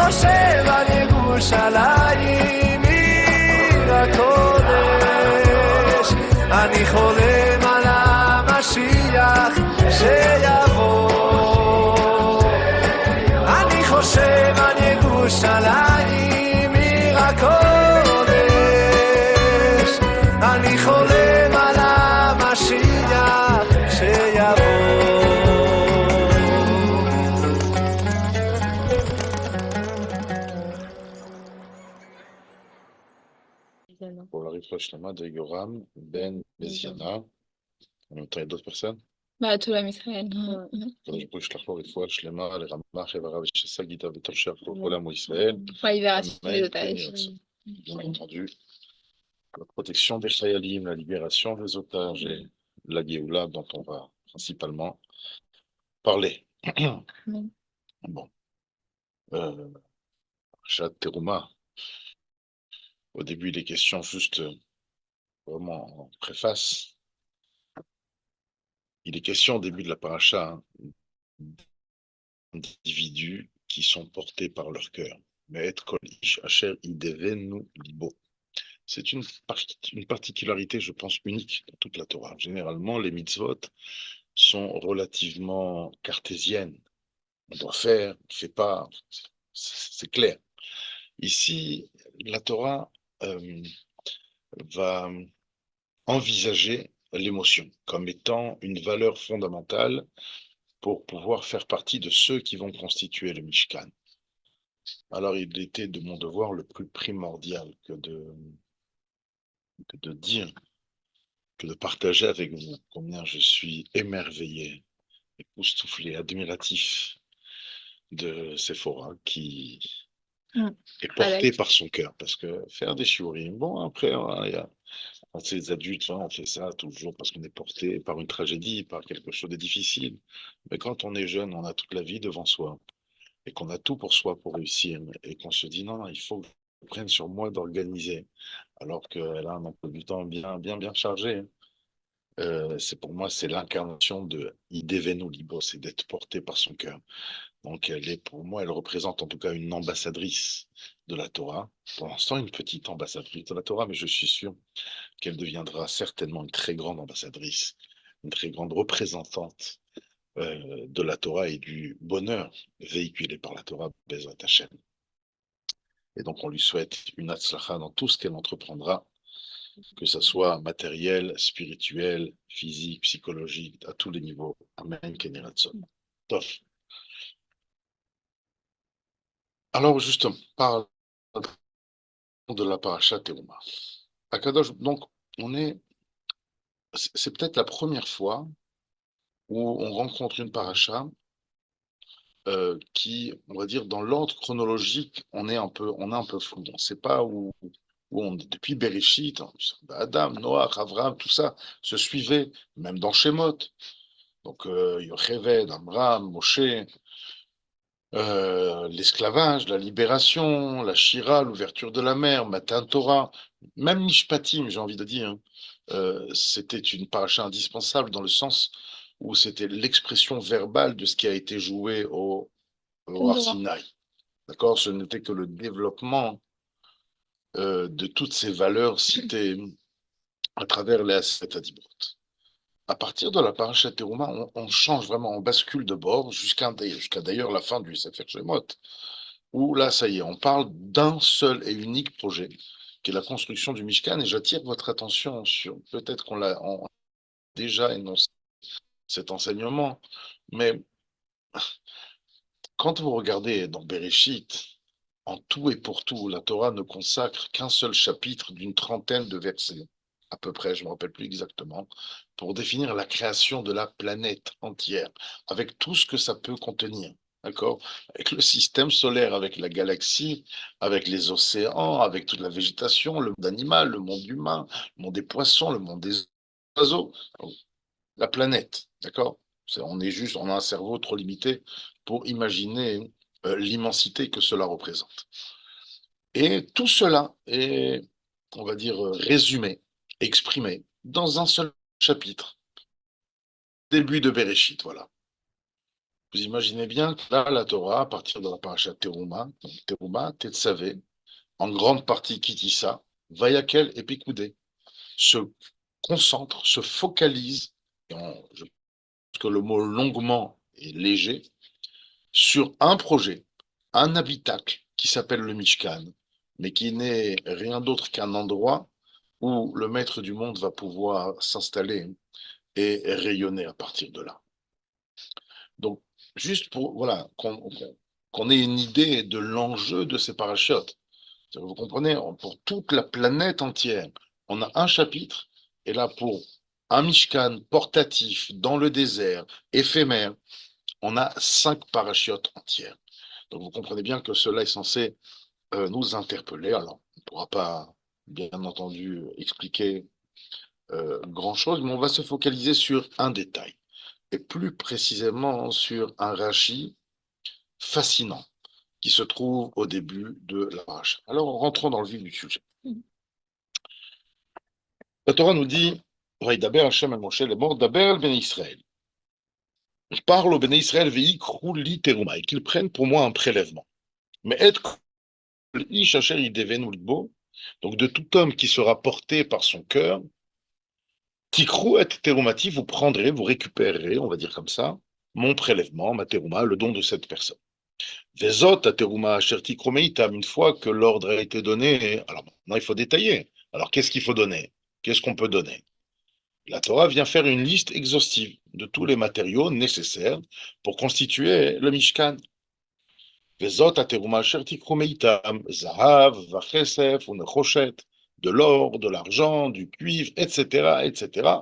חושב על ירושלים עיר הקודש, אני חולם על המשיח שיבוא. אני חושב על ירושלים עיר הקודש, אני חולם על המשיח שיבוא. Pour la refresh Shlema de Yoram Ben Beziana. En même temps, il y a d'autres personnes. Bah, tout l'âme Israël. Je prie que la refresh Shlema, les Ramach, et Varav, et Sagita, et Torchak, pour l'âme Israël. Ouais, il verra si les otages. Bien entendu, la protection des Chayalim, la libération des otages et la Géoula dont on va principalement parler. Bon. Chat Terouma. Au début, les questions juste vraiment en préface. Il est question au début de la paracha d'individus qui sont portés par leur cœur. Mais être kol ish asher idevenu libo. C'est une particularité, je pense, unique dans toute la Torah. Généralement, les mitzvot sont relativement cartésiennes. On doit faire, on ne fait pas, c'est clair. Ici, la Torah va envisager l'émotion comme étant une valeur fondamentale pour pouvoir faire partie de ceux qui vont constituer le Mishkan. Alors, il était de mon devoir le plus primordial que de dire, que de partager avec vous combien je suis émerveillé, époustouflé, admiratif de Sephora qui est porté par son cœur. Parce que faire des shiurim, bon, après, il y a ces adultes, on fait ça toujours parce qu'on est porté par une tragédie, par quelque chose de difficile. Mais quand on est jeune, on a toute la vie devant soi et qu'on a tout pour soi pour réussir et qu'on se dit non, il faut que je prenne sur moi d'organiser alors qu'elle a un emploi du temps bien chargé. C'est pour moi, c'est l'incarnation de Idevenu Libo, c'est d'être porté par son cœur. Donc, pour moi, elle représente en tout cas une ambassadrice de la Torah. Pour l'instant, une petite ambassadrice de la Torah, mais je suis sûr qu'elle deviendra certainement une très grande ambassadrice, une très grande représentante de la Torah et du bonheur véhiculé par la Torah, Bezrat Hashem. Et donc, on lui souhaite une hatzlacha dans tout ce qu'elle entreprendra, que ce soit matériel, spirituel, physique, psychologique, à tous les niveaux. Amen, Ken Yireh Ratzon. Tov. Alors, justement, parle de la paracha Teruma. Akadosh, donc, c'est peut-être la première fois où on rencontre une paracha qui, on va dire, dans l'ordre chronologique, on est un peu flou. On ne sait pas où on est. Depuis Bereshit, Adam, Noach, Avram, tout ça se suivait, même dans Shemot. Donc, Yocheved, Amram, Moshe, l'esclavage, la libération, la Shira, l'ouverture de la mer, Matan Torah, même Mishpatim, j'ai envie de dire, c'était une paracha indispensable dans le sens où c'était l'expression verbale de ce qui a été joué au Har Sinaï. D'accord, ce n'était que le développement de toutes ces valeurs citées à travers les Aseret Adibrot. À partir de la paracha Teruma, on change vraiment, on bascule de bord jusqu'à d'ailleurs la fin du Sefer Shemot, où là, ça y est, on parle d'un seul et unique projet, qui est la construction du Mishkan, et j'attire votre attention sur, peut-être qu'on l'a déjà énoncé cet enseignement, mais quand vous regardez dans Bereshit, en tout et pour tout, la Torah ne consacre qu'un seul chapitre d'une trentaine de versets, à peu près, je ne me rappelle plus exactement, pour définir la création de la planète entière, avec tout ce que ça peut contenir, d'accord? Avec le système solaire, avec la galaxie, avec les océans, avec toute la végétation, le monde animal, le monde humain, le monde des poissons, le monde des oiseaux, la planète, d'accord? On a un cerveau trop limité pour imaginer l'immensité que cela représente. Et tout cela est, on va dire, résumé, exprimé dans un seul chapitre. Début de Bereshit, voilà. Vous imaginez bien que là, la Torah, à partir de la paracha Teruma, Tetzavé, en grande partie Kitissa, Vayakel et Pikoudé, se concentre, se focalise, je pense que le mot longuement est léger, sur un projet, un habitacle qui s'appelle le Mishkan, mais qui n'est rien d'autre qu'un endroit où le maître du monde va pouvoir s'installer et rayonner à partir de là. Donc, juste pour voilà, qu'on ait une idée de l'enjeu de ces parachutes. Vous comprenez, pour toute la planète entière, on a un chapitre, et là, pour un Mishkan portatif dans le désert, éphémère, on a 5 parachutes entières. Donc, vous comprenez bien que cela est censé nous interpeller. Alors, on ne pourra pas, bien entendu, expliquer grand-chose, mais on va se focaliser sur un détail, et plus précisément sur un Rashi fascinant qui se trouve au début de la paracha. Alors, rentrons dans le vif du sujet. La Torah nous dit, Vaïdaber Hashem el Moshe les morts, Daber el Bnei Israël. Je parle au Bnei Israël, Veïkrou li teruma, et qu'ils prennent pour moi un prélèvement. Mais être ish asher yidevenu libo, donc de tout homme qui sera porté par son cœur, tikrou et terumati, vous prendrez, vous récupérerez, on va dire comme ça, mon prélèvement, ma teruma, le don de cette personne. Vezot teruma asher tikru meitam, une fois que l'ordre a été donné, alors maintenant il faut détailler. Alors qu'est-ce qu'il faut donner? Qu'est-ce qu'on peut donner? La Torah vient faire une liste exhaustive de tous les matériaux nécessaires pour constituer le Mishkan. Vezot teruma asher tikru meitam, zahav, vachesef, unechoshet, de l'or, de l'argent, du cuivre, etc., etc.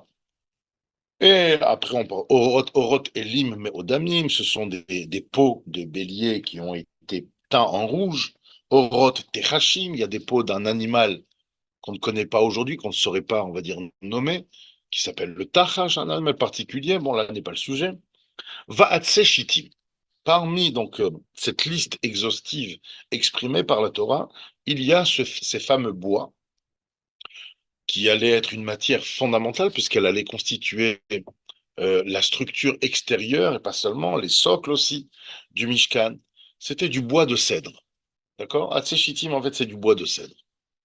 Et après, on parle Orot Elim Meodamim, ce sont des peaux de bélier qui ont été teints en rouge. Orot Techashim, il y a des peaux d'un animal qu'on ne connaît pas aujourd'hui, qu'on ne saurait pas, on va dire, nommer, qui s'appelle le Tachash, un animal particulier. Bon, là n'est pas le sujet. Va'atse Shitim. Parmi donc cette liste exhaustive exprimée par la Torah, il y a ces fameux bois qui allait être une matière fondamentale puisqu'elle allait constituer la structure extérieure, et pas seulement, les socles aussi, du Mishkan. C'était du bois de cèdre. D'accord? Hatséchitim, en fait, c'est du bois de cèdre.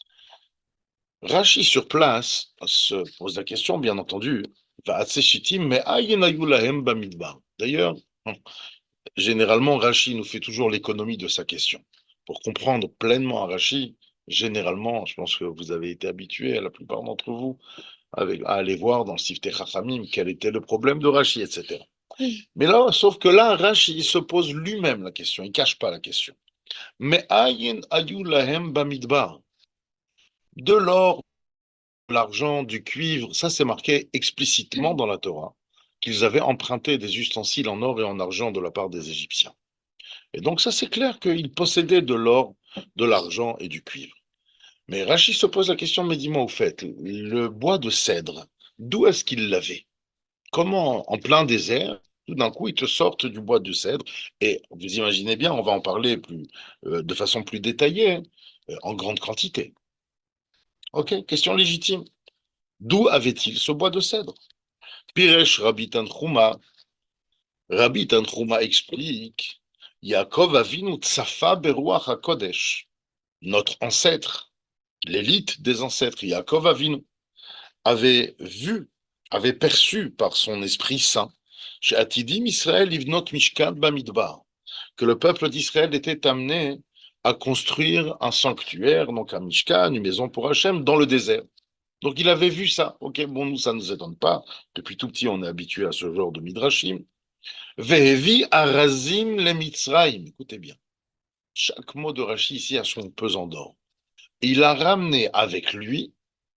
Rashi, sur place, se pose la question, bien entendu, va Hatséchitim, mais ayenayu lahem bamidbar. D'ailleurs, généralement, Rashi nous fait toujours l'économie de sa question. Pour comprendre pleinement un Rashi, généralement, je pense que vous avez été habitués, la plupart d'entre vous, à aller voir dans le Siftei Chachamim quel était le problème de Rashi, etc. Mais là, sauf que là, Rashi il se pose lui-même la question, il ne cache pas la question. Mais ayin ayu lahem bamidbar, de l'or, de l'argent, du cuivre, ça c'est marqué explicitement dans la Torah, qu'ils avaient emprunté des ustensiles en or et en argent de la part des Égyptiens. Et donc ça c'est clair qu'ils possédaient de l'or, de l'argent et du cuivre. Mais Rashi se pose la question, mais dis-moi au fait, le bois de cèdre, d'où est-ce qu'il l'avait? Comment, en plein désert, tout d'un coup, ils te sortent du bois de cèdre? Et vous imaginez bien, on va en parler de façon plus détaillée, en grande quantité. Ok, question légitime. D'où avait-il ce bois de cèdre? Piresh Rabbi Tanchuma. Rabbi Tanchuma explique, Yaakov Avinu Tsafa Beruach HaKodesh, notre ancêtre, l'élite des ancêtres, Yaakov Avinu, avait vu, avait perçu par son Esprit Saint, chez Atidim Israël Livnot Mishkan Bamidbar, que le peuple d'Israël était amené à construire un sanctuaire, donc un Mishkan, une maison pour Hachem, dans le désert. Donc il avait vu ça. Ok, bon, nous, ça ne nous étonne pas. Depuis tout petit, on est habitué à ce genre de midrashim. Vehevi arazim le Mitzrayim. Écoutez bien. Chaque mot de Rashi ici a son pesant d'or. Il a ramené avec lui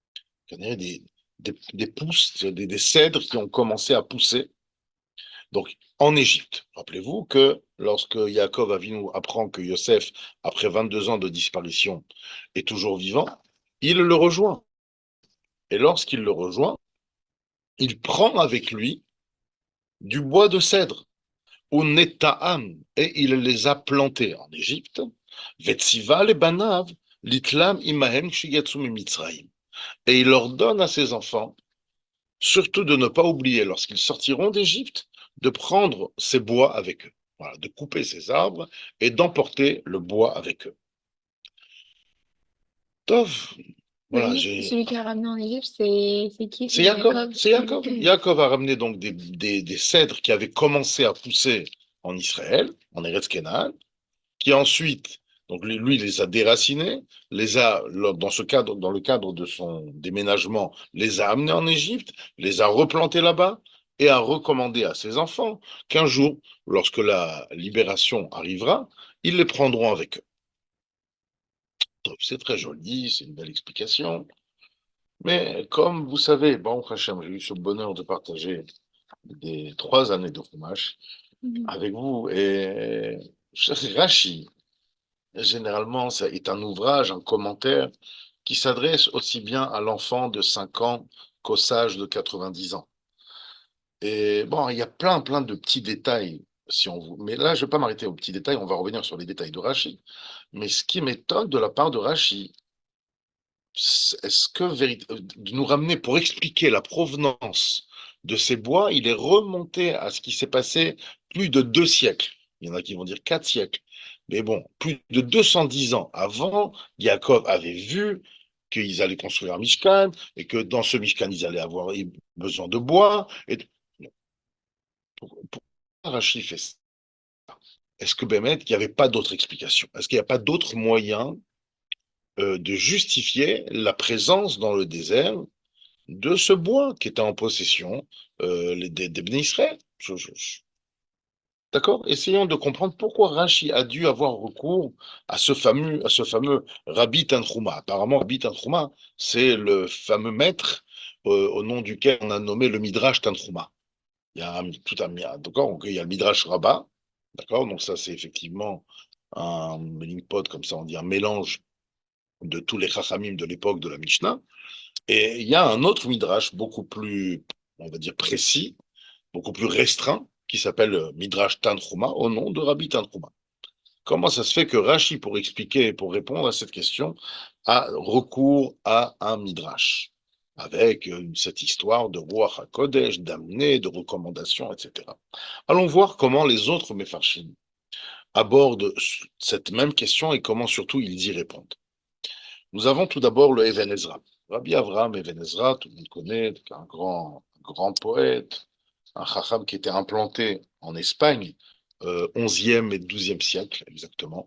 des pousses, des cèdres qui ont commencé à pousser. Donc, en Égypte. Rappelez-vous que lorsque Yaakov Avinu apprend que Yosef, après 22 ans de disparition, est toujours vivant, il le rejoint. Et lorsqu'il le rejoint, il prend avec lui du bois de cèdre, ou Neta'am, et il les a plantés en Égypte. Vetsiva le banav, litlam imahem shigatsu mitzrayim. Et il leur donne à ses enfants, surtout de ne pas oublier, lorsqu'ils sortiront d'Égypte, de prendre ces bois avec eux. Voilà, de couper ces arbres et d'emporter le bois avec eux. Tov, voilà, Celui qui a ramené en Égypte, c'est qui? c'est C'est Jacob, Jacob. c'est Jacob. Jacob a ramené donc des cèdres qui avaient commencé à pousser en Israël, en Eretz Kenan, qui ensuite, donc lui, il les a déracinés, les a, dans le cadre de son déménagement, les a amenés en Égypte, les a replantés là-bas et a recommandé à ses enfants qu'un jour, lorsque la libération arrivera, ils les prendront avec eux. Donc, c'est très joli, c'est une belle explication. Mais comme vous savez, bon, Hachem, j'ai eu ce bonheur de partager des 3 années de Chumash avec vous et Rashi, généralement, ça est un ouvrage, un commentaire qui s'adresse aussi bien à l'enfant de 5 ans qu'au sage de 90 ans. Et bon, il y a plein de petits détails, si on vous... Mais là, je ne vais pas m'arrêter aux petits détails, on va revenir sur les détails de Rashi. Mais ce qui m'étonne de la part de Rashi, est-ce que de nous ramener pour expliquer la provenance de ces bois, il est remonté à ce qui s'est passé plus de 2 siècles. Il y en a qui vont dire 4 siècles. Mais bon, plus de 210 ans avant, Yaakov avait vu qu'ils allaient construire un Mishkan et que dans ce Mishkan, ils allaient avoir besoin de bois. Et... Pourquoi Rachid fait ça? Est-ce que Bémet, il n'y avait pas d'autre explication? Est-ce qu'il n'y a pas d'autre moyen de justifier la présence dans le désert de ce bois qui était en possession des Bnei Israël? D'accord? Essayons de comprendre pourquoi Rashi a dû avoir recours à ce fameux Rabbi Tanchuma. Apparemment, Rabbi Tanchuma, c'est le fameux maître au nom duquel on a nommé le Midrash Tanchuma. Il y a d'accord? Donc, il y a le Midrash Rabbah, d'accord? Donc ça, c'est effectivement un melting pot, comme ça on dit, un mélange de tous les Chachamim de l'époque de la Mishnah. Et il y a un autre Midrash beaucoup plus, on va dire, précis, beaucoup plus restreint, qui s'appelle Midrash Tanchuma, au nom de Rabbi Tanchuma. Comment ça se fait que Rashi, pour expliquer, pour répondre à cette question, a recours à un Midrash, avec cette histoire de Ruach HaKodesh, d'amener, de recommandations, etc. Allons voir comment les autres Mefarshim abordent cette même question et comment surtout ils y répondent. Nous avons tout d'abord le Even Ezra. Rabbi Avraham Even Ezra, tout le monde connaît, un grand poète, un chacham qui était implanté en Espagne, 11e et 12e siècle exactement.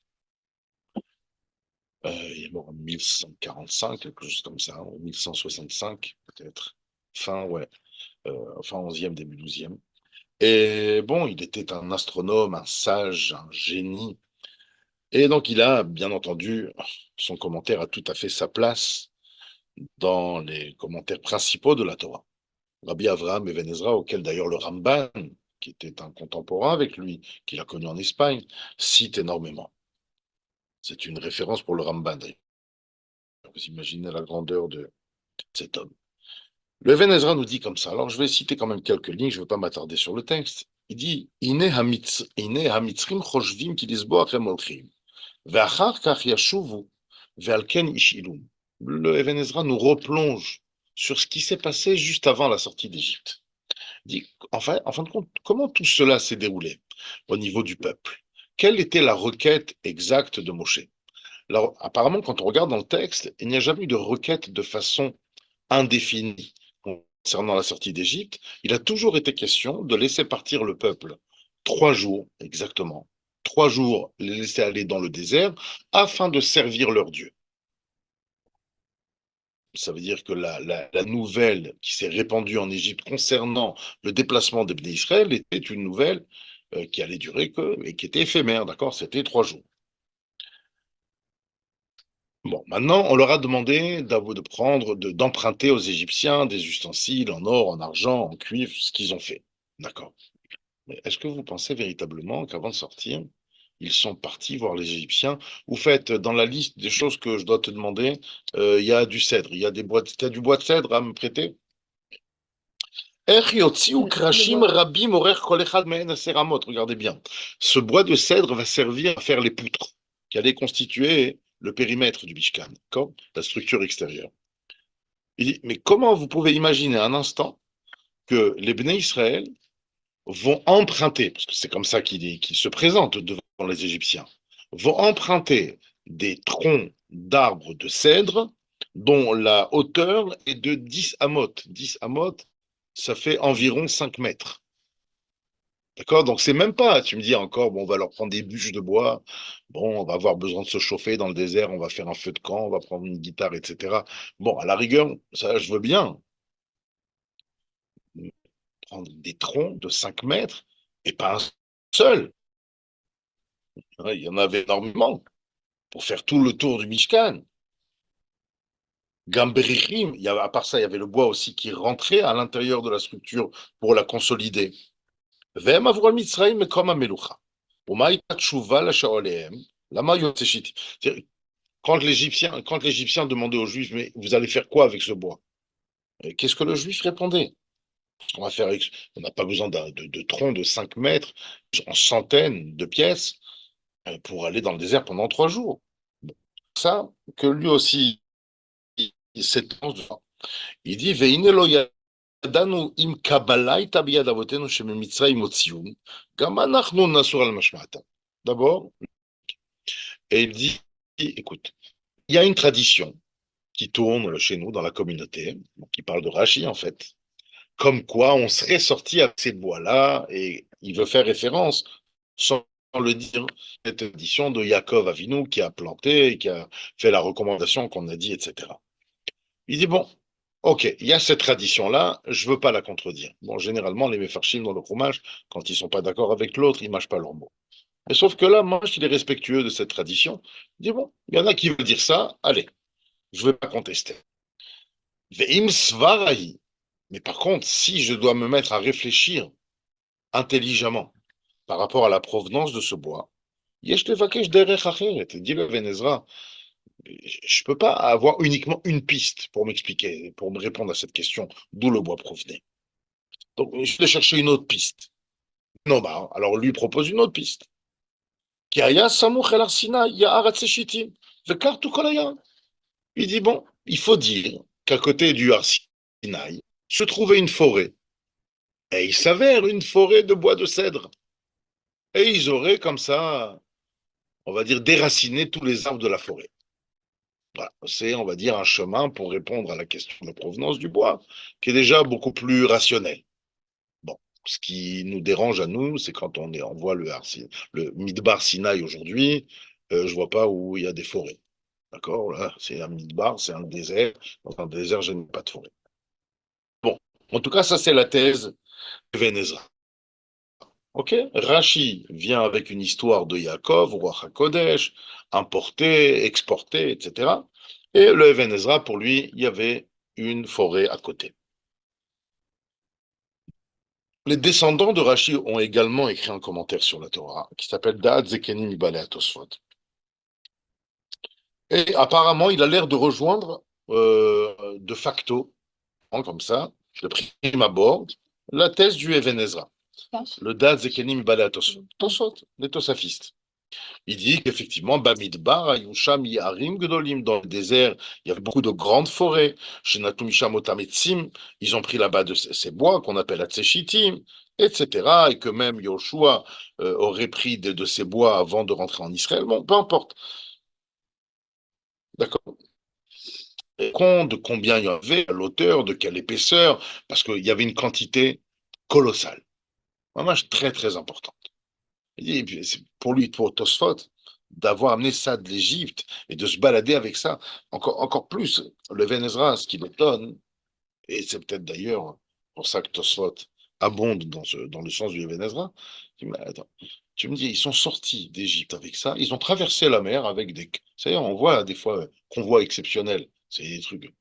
Il est mort en 1145, quelque chose comme ça, ou 1165 peut-être, fin 11e, début 12e. Et bon, il était un astronome, un sage, un génie. Et donc il a, bien entendu, son commentaire a tout à fait sa place dans les commentaires principaux de la Torah. Rabbi Avraham Even Ezra, auquel d'ailleurs le Ramban, qui était un contemporain avec lui, qu'il a connu en Espagne, cite énormément. C'est une référence pour le Ramban, d'ailleurs. Vous imaginez la grandeur de cet homme. Le Even Ezra nous dit comme ça. Alors je vais citer quand même quelques lignes, je ne veux pas m'attarder sur le texte. Il dit Ine hamitzrim choshvim ki lisboach hem olchim, ve'achar kach yashuvu, ve'al ken ishilum. Le Even Ezra nous replonge sur ce qui s'est passé juste avant la sortie d'Égypte. Il dit, en fin de compte, comment tout cela s'est déroulé au niveau du peuple? Quelle était la requête exacte de Moshe? Alors, apparemment, quand on regarde dans le texte, il n'y a jamais eu de requête de façon indéfinie concernant la sortie d'Égypte. Il a toujours été question de laisser partir le peuple 3 jours, exactement. 3 jours, les laisser aller dans le désert afin de servir leur Dieu. Ça veut dire que la nouvelle qui s'est répandue en Égypte concernant le déplacement des Bnei Israël était une nouvelle qui allait durer et qui était éphémère, d'accord? C'était 3 jours. Bon, maintenant, on leur a demandé d'emprunter aux Égyptiens des ustensiles en or, en argent, en cuivre, ce qu'ils ont fait. D'accord. Mais est-ce que vous pensez véritablement qu'avant de sortir, ils sont partis voir les Égyptiens? Vous faites dans la liste des choses que je dois te demander, il y a du cèdre, il y a des boîtes, tu as du bois de cèdre à me prêter? Regardez bien. Ce bois de cèdre va servir à faire les poutres qui allaient constituer le périmètre du Mishkan, d'accord? La structure extérieure. Il dit, mais comment vous pouvez imaginer un instant que les Bnei Israël vont emprunter, parce que c'est comme ça qu'ils se présentent devant les Égyptiens, vont emprunter des troncs d'arbres de cèdre dont la hauteur est de 10 amotes. 10 amotes, ça fait environ 5 mètres. D'accord? Donc, c'est même pas, tu me dis encore, bon, on va leur prendre des bûches de bois, bon, on va avoir besoin de se chauffer dans le désert, on va faire un feu de camp, on va prendre une guitare, etc. Bon, à la rigueur, ça, je veux bien. Prendre des troncs de 5 mètres et pas un seul. Il y en avait énormément pour faire tout le tour du Mishkan. Gamberichim, à part ça, il y avait le bois aussi qui rentrait à l'intérieur de la structure pour la consolider. Vem avro Mitzrayim comme un melucha. Quand l'Égyptien demandait aux Juifs, mais vous allez faire quoi avec ce bois? Qu'est-ce que le Juif répondait? On va faire, on n'a pas besoin de troncs de 5 mètres, en centaines de pièces, pour aller dans le désert pendant 3 jours. Bon, ça, que lui aussi, il s'étend. Il dit, Veine lo yadanu im kabbalah tabiyad avotenu shememitzrayim otzium, gam anachnu nasur al mashmata. D'abord, et il dit, écoute, il y a une tradition qui tourne chez nous dans la communauté, qui parle de Rachi en fait, comme quoi on serait sorti avec ces bois-là, et il veut faire référence, sans le dire, cette édition de Yaakov Avinu qui a planté, qui a fait la recommandation qu'on a dit, etc. Il dit, bon, ok, il y a cette tradition-là, je ne veux pas la contredire. Bon, généralement, les Mefarshim dans le fromage, quand ils ne sont pas d'accord avec l'autre, ils ne mâchent pas leurs mots. Mais sauf que là, moi, je suis respectueux de cette tradition. Il dit, bon, il y en a qui veulent dire ça, allez, je ne vais pas contester. Ve'im svarahi. Mais par contre, si je dois me mettre à réfléchir intelligemment par rapport à la provenance de ce bois, yesh levakesh derech acheret. Dit le Ben Ezra, je ne peux pas avoir uniquement une piste pour m'expliquer, pour me répondre à cette question, d'où le bois provenait. Donc, je vais chercher une autre piste. Non, bah, alors lui propose une autre piste. Ki haya samuch el har Sinai, ya'arat seshitim, vekar tu kol hayam. Il dit, bon, il faut dire qu'à côté du har Sinaï se trouvait une forêt. Et il s'avère une forêt de bois de cèdre. Et ils auraient comme ça, on va dire, déraciné tous les arbres de la forêt. Voilà. C'est, on va dire, un chemin pour répondre à la question de la provenance du bois, qui est déjà beaucoup plus rationnel. Bon, ce qui nous dérange à nous, c'est quand on voit le Midbar Sinaï aujourd'hui, je vois pas où il y a des forêts. D'accord? Là, c'est un Midbar, c'est un désert. Dans un désert, je n'ai pas de forêt. Bon, en tout cas, ça, c'est la thèse de Ben Ezra. Ok, Rashi vient avec une histoire de Yaakov, roi HaKodesh, importé, exporté, etc. Et le Even Ezra, pour lui, il y avait une forêt à côté. Les descendants de Rashi ont également écrit un commentaire sur la Torah qui s'appelle Da'at Zekeni Mibale Tosfot. Et apparemment, il a l'air de rejoindre de facto, comme ça, de prime abord, la thèse du Even Ezra. Le Da'at Zekeni Mibale Tosfot. Tosfot, les Tosafistes. Il dit qu'effectivement, Bamidbar, Ayusham, Yarim, Gdolim, dans le désert, il y avait beaucoup de grandes forêts. Chez Natumisham Otametsim, ils ont pris là-bas de ces bois qu'on appelle Atseshitim, etc. Et que même Yoshua aurait pris de ces bois avant de rentrer en Israël. Bon, peu importe. D'accord. Compte de combien il y avait, à l'auteur, de quelle épaisseur, parce qu'il y avait une quantité colossale. Vraiment très, très importante. Et pour lui, pour Tosfot, d'avoir amené ça de l'Égypte et de se balader avec ça, encore plus, le Ben Ezra, ce qui l'étonne, et c'est peut-être d'ailleurs pour ça que Tosfot abonde dans le sens du Ben Ezra, mais attends, tu me dis, ils sont sortis d'Égypte avec ça, ils ont traversé la mer avec des... Vous savez, on voit des fois convois exceptionnels, c'est des trucs...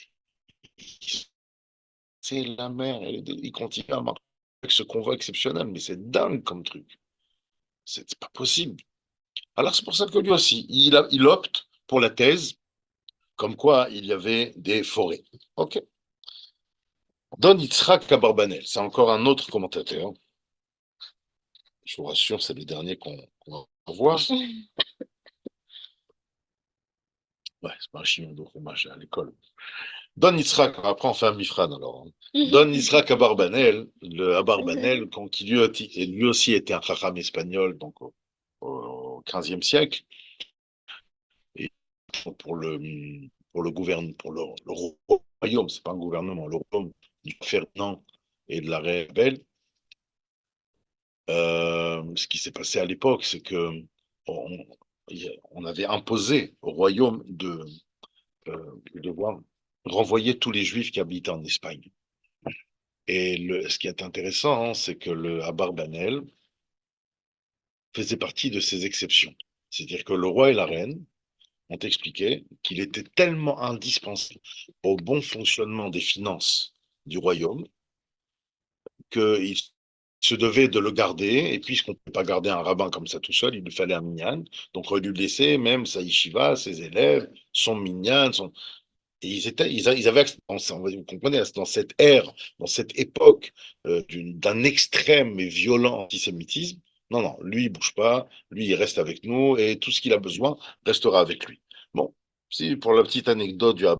C'est la mer, ils continuent à marcher avec ce convoi exceptionnel, mais c'est dingue comme truc. C'est pas possible. Alors c'est pour ça que lui aussi, il opte pour la thèse, comme quoi il y avait des forêts. Ok. Don Yitzhak Abarbanel, c'est encore un autre commentateur. Je vous rassure, c'est le dernier qu'on va voir. Ouais, c'est pas un chignon de fromage à l'école. Don Yitzhak, après on fait un mifran alors. Don Yitzhak Abarbanel, le Abarbanel, qui lui aussi était un chacham espagnol, donc au XVe siècle, et pour le le royaume, c'est pas un gouvernement, le royaume du Ferdinand et de la reine Belle, ce qui s'est passé à l'époque, c'est que on, on avait imposé au royaume de devoir renvoyer tous les juifs qui habitaient en Espagne. Et ce qui est intéressant, hein, c'est que le Abarbanel faisait partie de ces exceptions. C'est-à-dire que le roi et la reine ont expliqué qu'il était tellement indispensable au bon fonctionnement des finances du royaume qu'il se devait de le garder, et puisqu'on ne peut pas garder un rabbin comme ça tout seul, il lui fallait un minyan, donc on lui laisser même sa yeshiva, ses élèves, son minyan, et ils avaient, vous comprenez, dans cette ère, dans cette époque d'un extrême et violent antisémitisme, non, non, lui, il bouge pas, lui, il reste avec nous, et tout ce qu'il a besoin restera avec lui. Bon, si pour la petite anecdote du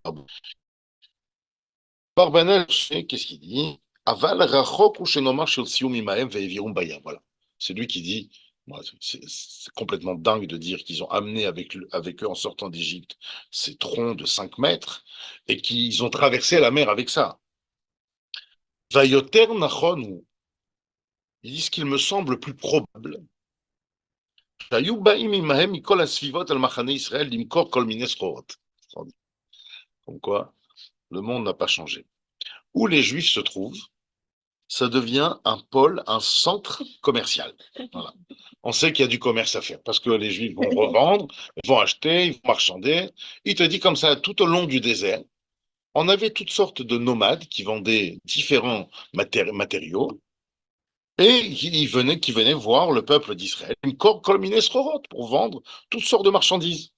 Barbanel, qu'est-ce qu'il dit? Aval rachok ou shenomar shel sium imahem ve'evirum bayam. Voilà. C'est lui qui dit, moi, c'est complètement dingue de dire qu'ils ont amené avec eux en sortant d'Égypte ces troncs de 5 mètres et qu'ils ont traversé la mer avec ça. Vayoter nachon, il dit ce qu'il me semble plus probable. Shayu ba'im imahem mikol asvivot al machane Israël limkor kol mines chorot. Comme quoi, le monde n'a pas changé. Où les Juifs se trouvent, ça devient un pôle, un centre commercial. Voilà. On sait qu'il y a du commerce à faire parce que les Juifs vont revendre, vont acheter, ils vont marchander. Il te dit comme ça, tout au long du désert, on avait toutes sortes de nomades qui vendaient différents matériaux et qui venaient voir le peuple d'Israël, une colmines pour vendre toutes sortes de marchandises.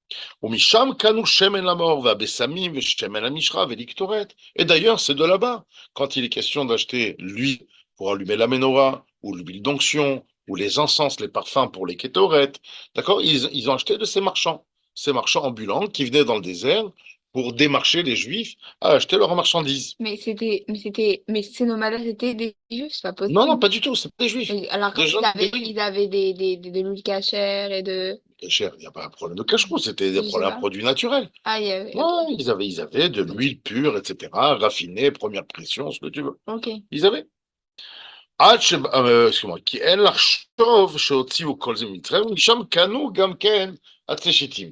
Et d'ailleurs, c'est de là-bas, quand il est question d'acheter l'huile pour allumer la menorah, ou l'huile d'onction, ou les encens, les parfums pour les kétorettes, d'accord, ils ont acheté de ces marchands ambulants qui venaient dans le désert pour démarcher les Juifs à acheter leurs marchandises. Mais ces nomades-là, c'était des juifs, c'est pas Non, non, possible. pas du tout, c'est pas des Juifs. Alors, Des quand gens ils avaient de l'huile cachère et de. cher, il n'y a pas un problème de cache-route, c'était des Je sais problèmes pas. produits naturels. Ah, il y avait. Ok. Ouais, ils avaient de l'huile pure, etc., raffinée, première pression, ce que tu veux. Ok. Ils avaient. excuse-moi, כי אין לחשוב שהוציאו כל זה ממצרים, ומשם קנו גם כן עצי שיטים.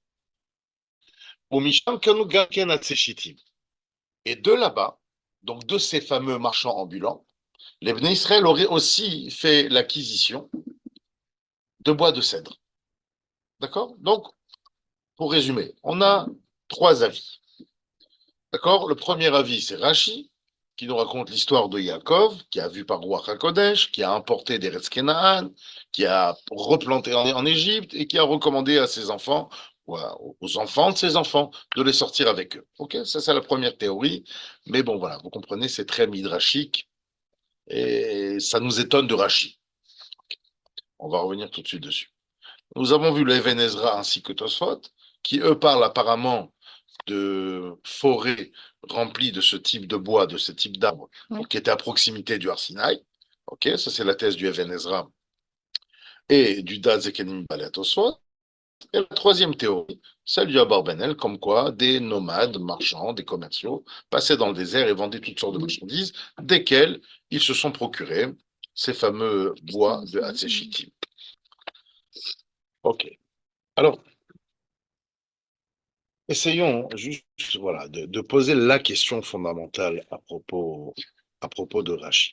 ומשם קנו גם כן עצי שיטים. Et de là-bas, donc de ces fameux marchands ambulants, les Bnei Israël auraient aussi fait l'acquisition de bois de cèdre. D'accord? Donc, pour résumer, on a 3 avis. D'accord? Le premier avis, c'est Rashi, qui nous raconte l'histoire de Yaakov, qui a vu par Ruach HaKodesh, qui a importé des Retz Kenaan, qui a replanté en Égypte et qui a recommandé à ses enfants, ou aux enfants de ses enfants, de les sortir avec eux. Ok? Ça, c'est la première théorie. Mais bon, voilà, vous comprenez, c'est très midrashique et ça nous étonne de Rashi. On va revenir tout de suite dessus. Nous avons vu le Even Ezra ainsi que Tosfot, qui eux parlent apparemment de forêts remplies de ce type de bois, de ce type d'arbres, qui étaient à proximité du Arsinaï. Ok, ça c'est la thèse du Even Ezra et du Daz Zekenim Balet Oswald. Et la troisième théorie, celle du Abarbanel, comme quoi des nomades marchands, des commerciaux, passaient dans le désert et vendaient toutes sortes de marchandises, desquelles ils se sont procurés ces fameux bois de Hatséchitim. Ok. Alors, essayons juste voilà, de poser la question fondamentale à propos de Rachi.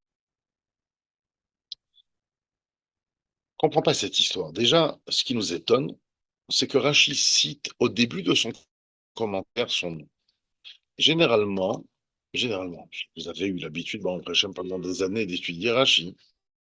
Je ne comprends pas cette histoire. Déjà, ce qui nous étonne, c'est que Rachi cite au début de son commentaire son nom. Généralement, vous avez eu l'habitude, bon, pendant des années d'étudier Rachi.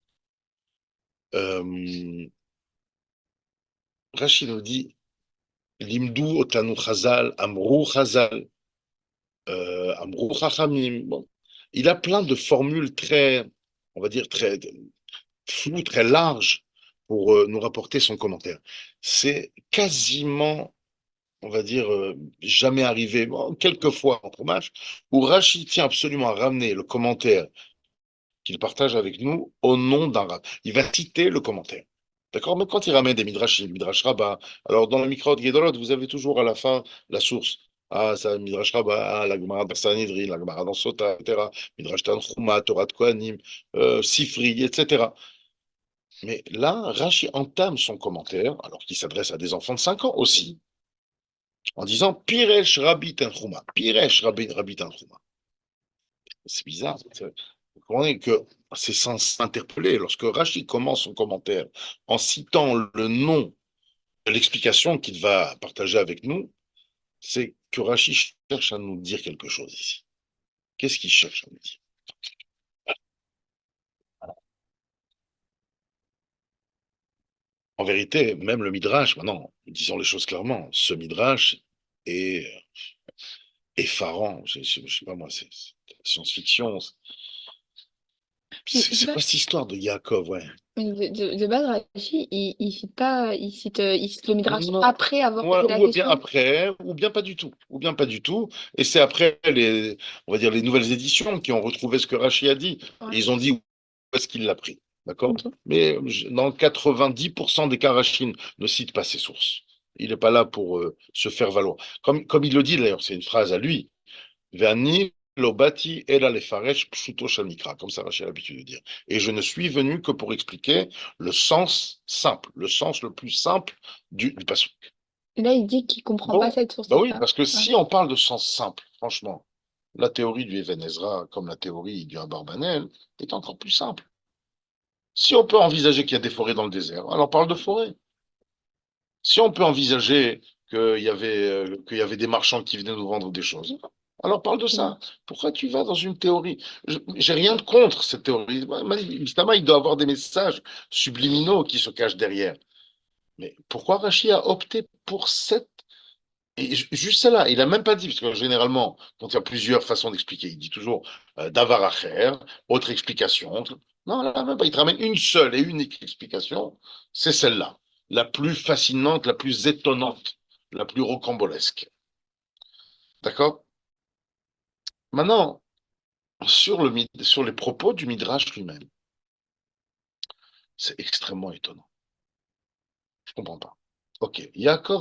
Rachi nous dit Limdu otanu chazal, amrou chazal, amrou chachamim. Bon. Il a plein de formules très, on va dire, très floues, très larges pour nous rapporter son commentaire. C'est quasiment on va dire, jamais arrivé, bon, quelques fois en fromage, où Rachid tient absolument à ramener le commentaire qu'il partage avec nous au nom d'un rab. Il va citer le commentaire. D'accord? Mais quand il ramène des midrashim, midrash rabbah, alors dans le Mikrot Gedolot, vous avez toujours à la fin la source. Ah, ça, midrash rabbah, la Gemara dans Sanhedrin, la Gemara dans Sota, etc. Midrash Tanchuma, Torah de Kohanim, Sifri, etc. Mais là, Rashi entame son commentaire, alors qu'il s'adresse à des enfants de 5 ans aussi, en disant Piresh Rabbi Tanchuma, Piresh Rabbi Tanchuma. C'est bizarre. Vous comprenez que c'est sans s'interpeller. Lorsque Rashi commence son commentaire en citant le nom de l'explication qu'il va partager avec nous, c'est que Rashi cherche à nous dire quelque chose ici. Qu'est-ce qu'il cherche à nous dire? En vérité, même le Midrash, maintenant, disons les choses clairement, ce Midrash est effarant. Je sais pas moi, c'est science-fiction. C'est quoi cette histoire de Yaakov, ouais. De base, Rachid, il cite le Midrash Non, après avoir voilà, posé la ou bien question. après, ou bien pas du tout, ou bien pas du tout. Et c'est après on va dire les nouvelles éditions qui ont retrouvé ce que Rachi a dit. Ouais. Et ils ont dit où est-ce qu'il l'a pris, d'accord? Ok. Mais dans 90% des cas, Rachi ne cite pas ses sources. Il n'est pas là pour se faire valoir. Comme il le dit d'ailleurs, c'est une phrase à lui. Ve'ani lobati ela lefaresh pshuto shel mikra, comme ça Rachi a l'habitude de dire. Et je ne suis venu que pour expliquer le sens simple, le sens le plus simple du passage. Et là, il dit qu'il comprend pas Bon, cette source, bah c'est oui, ça? parce que Ouais. si on parle de sens simple, franchement, la théorie du Even Ezra, comme la théorie du Abarbanel, est encore plus simple. Si on peut envisager qu'il y a des forêts dans le désert, alors on parle de forêt. Si on peut envisager qu'il y avait des marchands qui venaient nous vendre des choses, alors parle de ça. Pourquoi tu vas dans une théorie? J'ai rien de contre cette théorie. Mistama, il doit avoir des messages subliminaux qui se cachent derrière. Mais pourquoi Rachid a opté pour cette... Et juste celle-là, il n'a même pas dit, parce que généralement, quand il y a plusieurs façons d'expliquer, il dit toujours davar acher, autre explication. Non, là, même pas. Il te ramène une seule et unique explication, c'est celle-là, la plus fascinante, la plus étonnante, la plus rocambolesque. D'accord? Maintenant, sur les propos du Midrash lui-même, c'est extrêmement étonnant. Je ne comprends pas. Ok,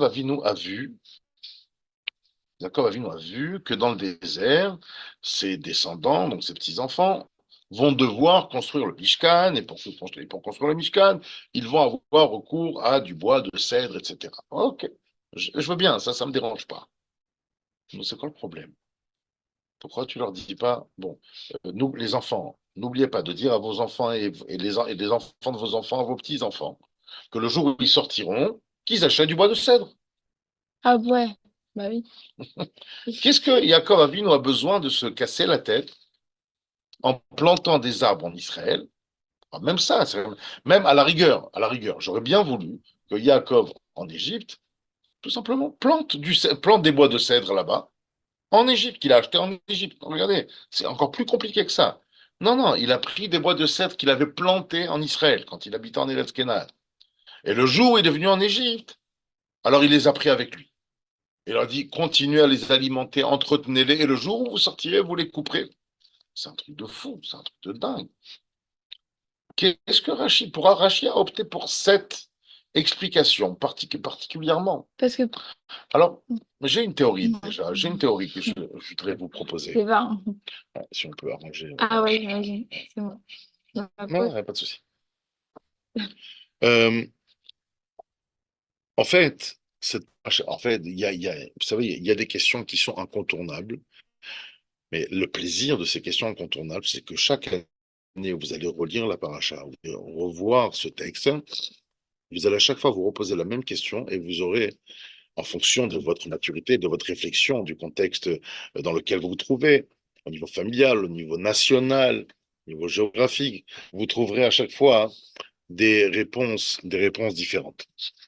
Jacob Avinu a vu que dans le désert, ses descendants, donc ses petits-enfants, vont devoir construire le Mishkan, et pour construire le Mishkan, ils vont avoir recours à du bois de cèdre, etc. Ok, je veux bien, ça ne me dérange pas. Mais c'est quoi le problème? Pourquoi tu leur dis pas, bon, nous, les enfants, n'oubliez pas de dire à vos enfants et les enfants de vos enfants, à vos petits-enfants, que le jour où ils sortiront, qu'ils achètent du bois de cèdre. Ah ouais, bah oui. Qu'est-ce que Yaakov Avinu a besoin de se casser la tête en plantant des arbres en Israël? Ah, même ça, même à la rigueur, j'aurais bien voulu que Yaakov en Égypte, tout simplement, plante des bois de cèdre là-bas, en Égypte, qu'il a acheté en Égypte. Regardez, c'est encore plus compliqué que ça. Non, non, il a pris des bois de cèdre qu'il avait plantés en Israël quand il habitait en Eretz Kenad. Et le jour où il est venu en Égypte, alors il les a pris avec lui. Il leur a dit, continuez à les alimenter, entretenez-les, et le jour où vous sortirez, vous les couperez. C'est un truc de fou, c'est un truc de dingue. Qu'est-ce que Rachid a opté pour cette explication particulièrement? Parce que Alors, j'ai une théorie déjà, j'ai une théorie que je voudrais vous proposer. c'est pas. Si on peut arranger. Ah ouais, j'imagine. C'est bon. On va Non, poser. pas de souci. Euh, en fait, vous savez, il y a des questions qui sont incontournables, mais le plaisir de ces questions incontournables, c'est que chaque année, vous allez relire la paracha, vous allez revoir ce texte, vous allez à chaque fois vous reposer la même question et vous aurez, en fonction de votre maturité, de votre réflexion, du contexte dans lequel vous vous trouvez, au niveau familial, au niveau national, au niveau géographique, vous trouverez à chaque fois des réponses différentes.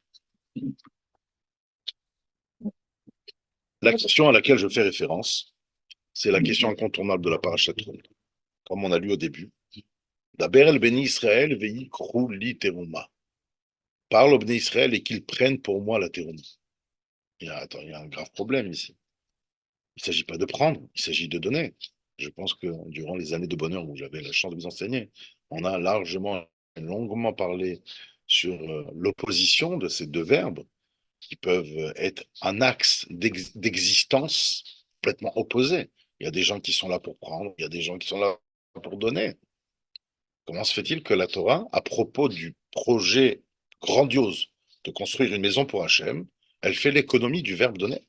La question à laquelle je fais référence, c'est la question incontournable de la paracha Trump, comme on a lu au début. Daber el Beni Israël ve'i krou li teruma. Parle au Bnei Israël et qu'ils prennent pour moi la terouma. Attends, il y a un grave problème ici. Il ne s'agit pas de prendre, il s'agit de donner. Je pense que durant les années de bonheur où j'avais la chance de vous enseigner, on a largement, longuement parlé sur l'opposition de ces deux verbes qui peuvent être un axe d'existence complètement opposé. Il y a des gens qui sont là pour prendre, il y a des gens qui sont là pour donner. Comment se fait-il que la Torah, à propos du projet grandiose de construire une maison pour Hachem, elle fait l'économie du verbe donner?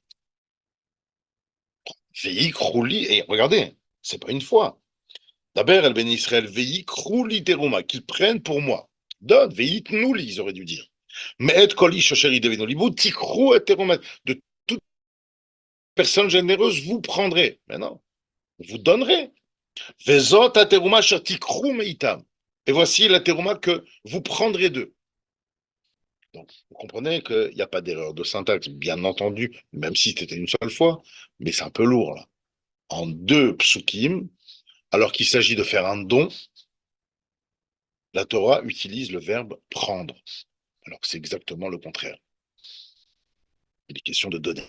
Veillik rouli, et regardez, c'est pas une fois. D'abord, el ben Israël, veillik rouli teruma, qu'ils prennent pour moi. Donne, veillik nouli, ils auraient dû dire. Mais et koli shosheri devenu libou, tikrou et teruma. De toute personne généreuse, vous prendrez. Mais non, vous donnerez. Vezot a teruma sher tikrou meitam. Et voici la teruma que vous prendrez d'eux. Donc, vous comprenez qu'il n'y a pas d'erreur de syntaxe, bien entendu, même si c'était une seule fois, mais c'est un peu lourd, là. En deux psukim, alors qu'il s'agit de faire un don, la Torah utilise le verbe prendre, alors que c'est exactement le contraire. Il est question de donner.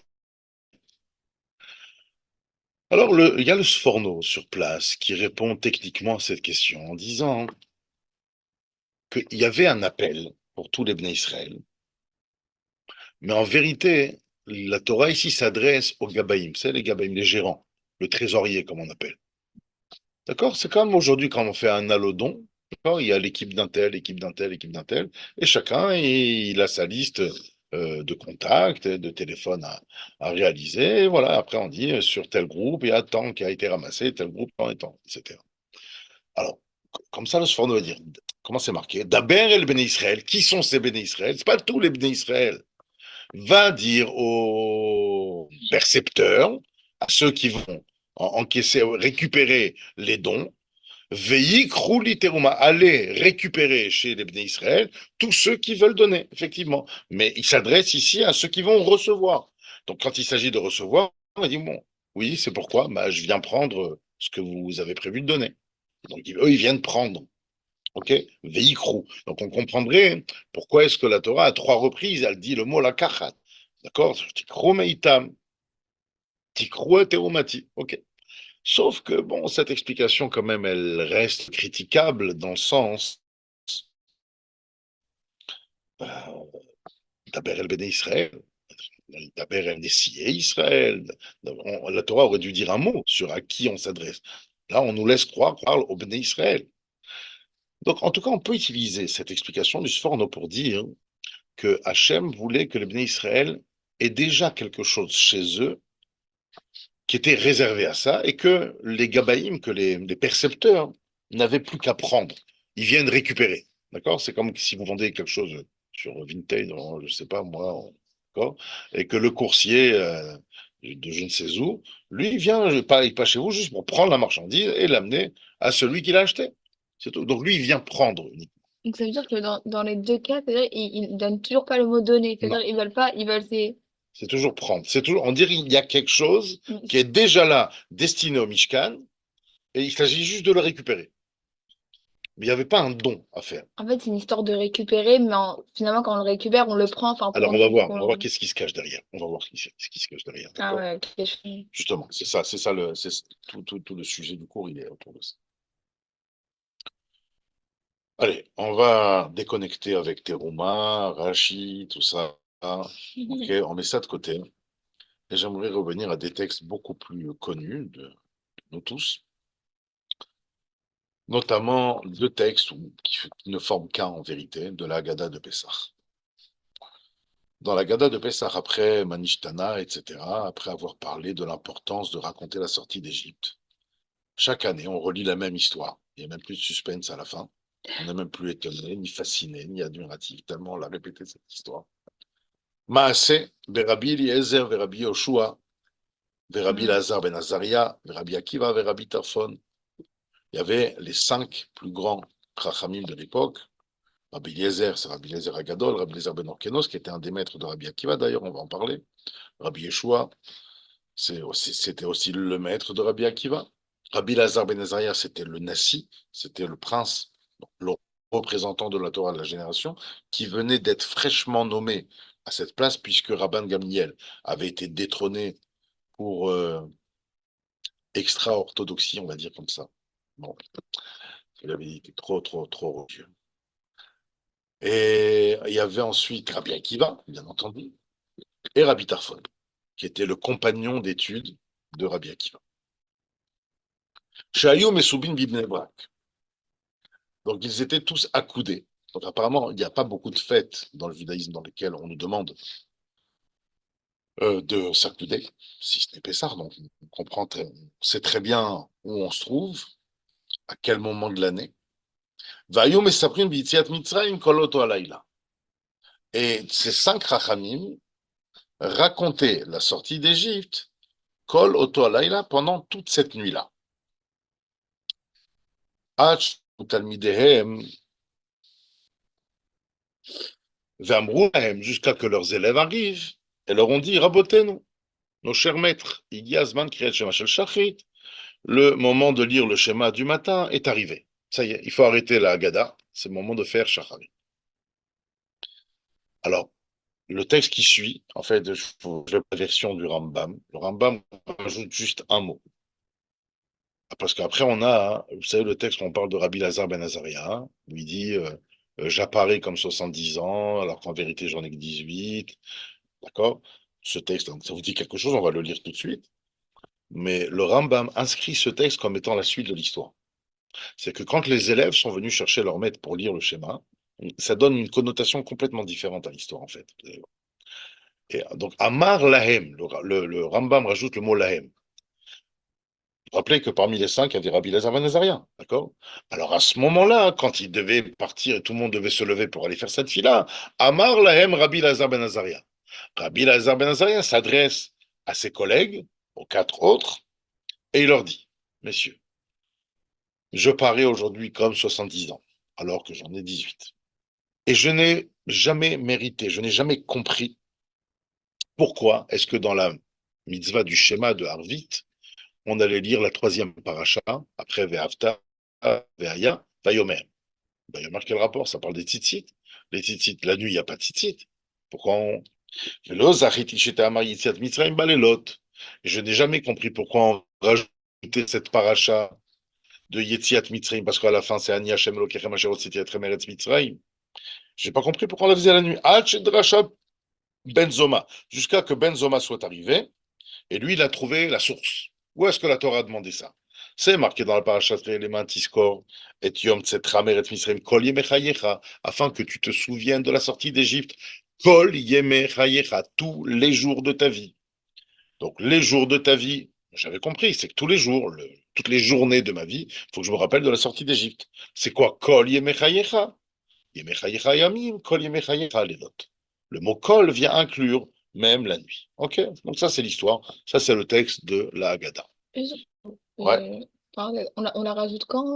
Alors, il y a le Sforno sur place qui répond techniquement à cette question en disant qu'il y avait un appel pour tous les Bnei Israël, mais en vérité, la Torah ici s'adresse aux Gabaïm, c'est les Gabaïm, les gérants, le trésorier comme on appelle. D'accord? C'est comme aujourd'hui quand on fait un allodon, d'accord? Il y a l'équipe d'un tel, l'équipe d'un tel, l'équipe d'un tel, et chacun il a sa liste de contacts, de téléphones à réaliser. Et voilà, après on dit sur tel groupe, il y a tant qui a été ramassé, tel groupe, tant et tant, etc. Alors, comme ça, le Sforno va dire, comment c'est marqué? D'Aber et le Béné Israël. Qui sont ces Béné Israël? C'est pas tous les Béné Israël. Va dire aux percepteurs, à ceux qui vont encaisser, récupérer les dons, Veillez littéralement, allez récupérer chez les Bnei Israël tous ceux qui veulent donner, effectivement. Mais il s'adresse ici à ceux qui vont recevoir. Donc quand il s'agit de recevoir, on dit, bon, oui, c'est pourquoi je viens prendre ce que vous avez prévu de donner. Donc eux, ils viennent prendre. OK? Veillicrou. Donc on comprendrait pourquoi est-ce que la Torah, à trois reprises, elle dit le mot la kachat. D'accord? Tikrou meitam. Tikrou teumati. OK. Sauf que, bon, cette explication, quand même, elle reste critiquable dans le sens, d'Aber el Béné Israël, d'Aber el Nessié Israël. La Torah aurait dû dire un mot sur à qui on s'adresse. Là, on nous laisse croire qu'on parle au Béné Israël. Donc, en tout cas, on peut utiliser cette explication du Sforno pour dire que Hachem voulait que le Béné Israël ait déjà quelque chose chez eux qui était réservé à ça, et que les gabaïm, que les percepteurs, n'avaient plus qu'à prendre. Ils viennent récupérer. D'accord? C'est comme si vous vendez quelque chose sur Vinted, je ne sais pas moi, d'accord? Et que le coursier de je ne sais où, lui, il vient pas chez vous juste pour prendre la marchandise et l'amener à celui qui l'a acheté. C'est tout. Donc lui, il vient prendre uniquement. Donc ça veut dire que dans les deux cas, c'est-à-dire ils donnent toujours pas le mot donner. Non, C'est-à-dire ils veulent pas, ils veulent c'est toujours prendre. C'est toujours, on dirait qu'il y a quelque chose Mm. qui est déjà là, destiné au Mishkan, et il s'agit juste de le récupérer. Mais il n'y avait pas un don à faire. En fait, c'est une histoire de récupérer, mais finalement, quand on le récupère, on le prend, enfin, Alors, pour nous. on va voir qu'est-ce qui se cache derrière. On va voir ce qui se cache derrière. Ah D'accord? ouais, ok. Justement, tout le sujet du cours, il est autour de ça. Allez, on va déconnecter avec Teruma, Rashi, tout ça. Ok, on met ça de côté. Et j'aimerais revenir à des textes beaucoup plus connus de nous tous, notamment deux textes qui ne forment qu'un en vérité, de la Haggadah de Pessah. Dans la Gada de Pessah, après Manishtana, etc., après avoir parlé de l'importance de raconter la sortie d'Égypte, chaque année, on relit la même histoire. Il n'y a même plus de suspense à la fin. On n'est même plus étonné, ni fasciné, ni admiratif, tellement on l'a répété cette histoire. Maaseh, Verabi Eliezer, Verabi Yoshua, Verabi Lazar ben Azaria, Verabi Akiva, Verabi Tarfon. Il y avait les 5 plus grands Chachamim de l'époque. Rabbi Eliezer, c'est Rabbi Eliezer Agadol, Rabbi Eliezer ben Orkenos, qui était un des maîtres de Rabbi Akiva, d'ailleurs, on va en parler. Rabbi Yeshua, c'était aussi le maître de Rabbi Akiva. Rabbi Lazar ben Azaria, c'était le Nassi, c'était le prince, le représentant de la Torah de la génération, qui venait d'être fraîchement nommé à cette place, puisque Rabban Gamliel avait été détrôné pour extra-orthodoxie, on va dire comme ça. Bon, il avait été trop religieux. Et il y avait ensuite Rabbi Akiva, bien entendu, et Rabbi Tarfon, qui était le compagnon d'études de Rabbi Akiva. Shayu Mesubin Bibne Brak. Donc ils étaient tous accoudés. Donc apparemment, il n'y a pas beaucoup de fêtes dans le judaïsme dans lesquelles on nous demande de s'accouder, si ce n'est Pessah. Donc on comprend on sait très bien où on se trouve, à quel moment de l'année. Vayu Mesaprin B'Yitziat Mitzrayim Kol Oto Alayla. Et ces 5 rachamim racontaient la sortie d'Égypte Kol Oto Alayla pendant toute cette nuit-là. Ach Talmidehem jusqu'à que leurs élèves arrivent et leur ont dit Rabotenu, nos chers maîtres, Igiyazman Kriyat Shema Shel Shachrit, le moment de lire le schéma du matin est arrivé. Ça y est, il faut arrêter la Haggadah, c'est le moment de faire Shacharit. Alors, le texte qui suit, en fait, je vais la version du Rambam. Le Rambam rajoute juste un mot. Parce qu'après, on a, vous savez, le texte où on parle de Rabbi Lazar ben Azaria, où il dit j'apparais comme 70 ans, alors qu'en vérité, j'en ai que 18. D'accord? Ce texte, donc, ça vous dit quelque chose, on va le lire tout de suite. Mais le Rambam inscrit ce texte comme étant la suite de l'histoire. C'est que quand les élèves sont venus chercher leur maître pour lire le schéma, ça donne une connotation complètement différente à l'histoire, en fait. Et donc, Amar Lahem, le Rambam rajoute le mot Lahem. Rappelez que parmi les 5, il y avait Rabbi Lazar ben Azaria, d'accord? Alors à ce moment-là, quand il devait partir et tout le monde devait se lever pour aller faire cette fila, Amar Lahem Rabbi Lazar ben Azaria. Rabbi Lazar ben Azaria s'adresse à ses collègues, aux 4 autres, et il leur dit, messieurs, je parais aujourd'hui comme 70 ans, alors que j'en ai 18. Et je n'ai jamais mérité, je n'ai jamais compris pourquoi est-ce que dans la mitzvah du schéma de Harvit, on allait lire la 3e paracha, après Ve'avta, Ve'aya, Vayomer. Vayomer, quel rapport? Ça parle des tzitzit. Les tzitzit, la nuit, il n'y a pas de tzitzit. Pourquoi on... Et je n'ai jamais compris pourquoi on rajoutait cette paracha de Yetziat Mitzrayim, parce qu'à la fin, c'est Ani Hashem Elokechem Asher Hotzeti Atrem Eretz Mitzrayim. J'ai pas compris pourquoi on la faisait la nuit. Ben Zoma, jusqu'à que Ben Zoma soit arrivé, et lui, il a trouvé la source. Où est-ce que la Torah a demandé ça? C'est marqué dans la paracha L'élément Tiskor, et Yom Tzetramer et Misraim, Kol Yemechayecha, afin que tu te souviennes de la sortie d'Égypte, Kol Yemechayecha, tous les jours de ta vie. Donc, les jours de ta vie, j'avais compris, c'est que tous les jours, toutes les journées de ma vie, il faut que je me rappelle de la sortie d'Égypte. C'est quoi Kol Yemechayecha? Yemechayecha Yamim, Kol Yemechayecha Lelot. Le mot Kol vient inclure même la nuit. Ok? Donc ça, c'est l'histoire. Ça, c'est le texte de la Haggadah. Ouais. On la rajoute quand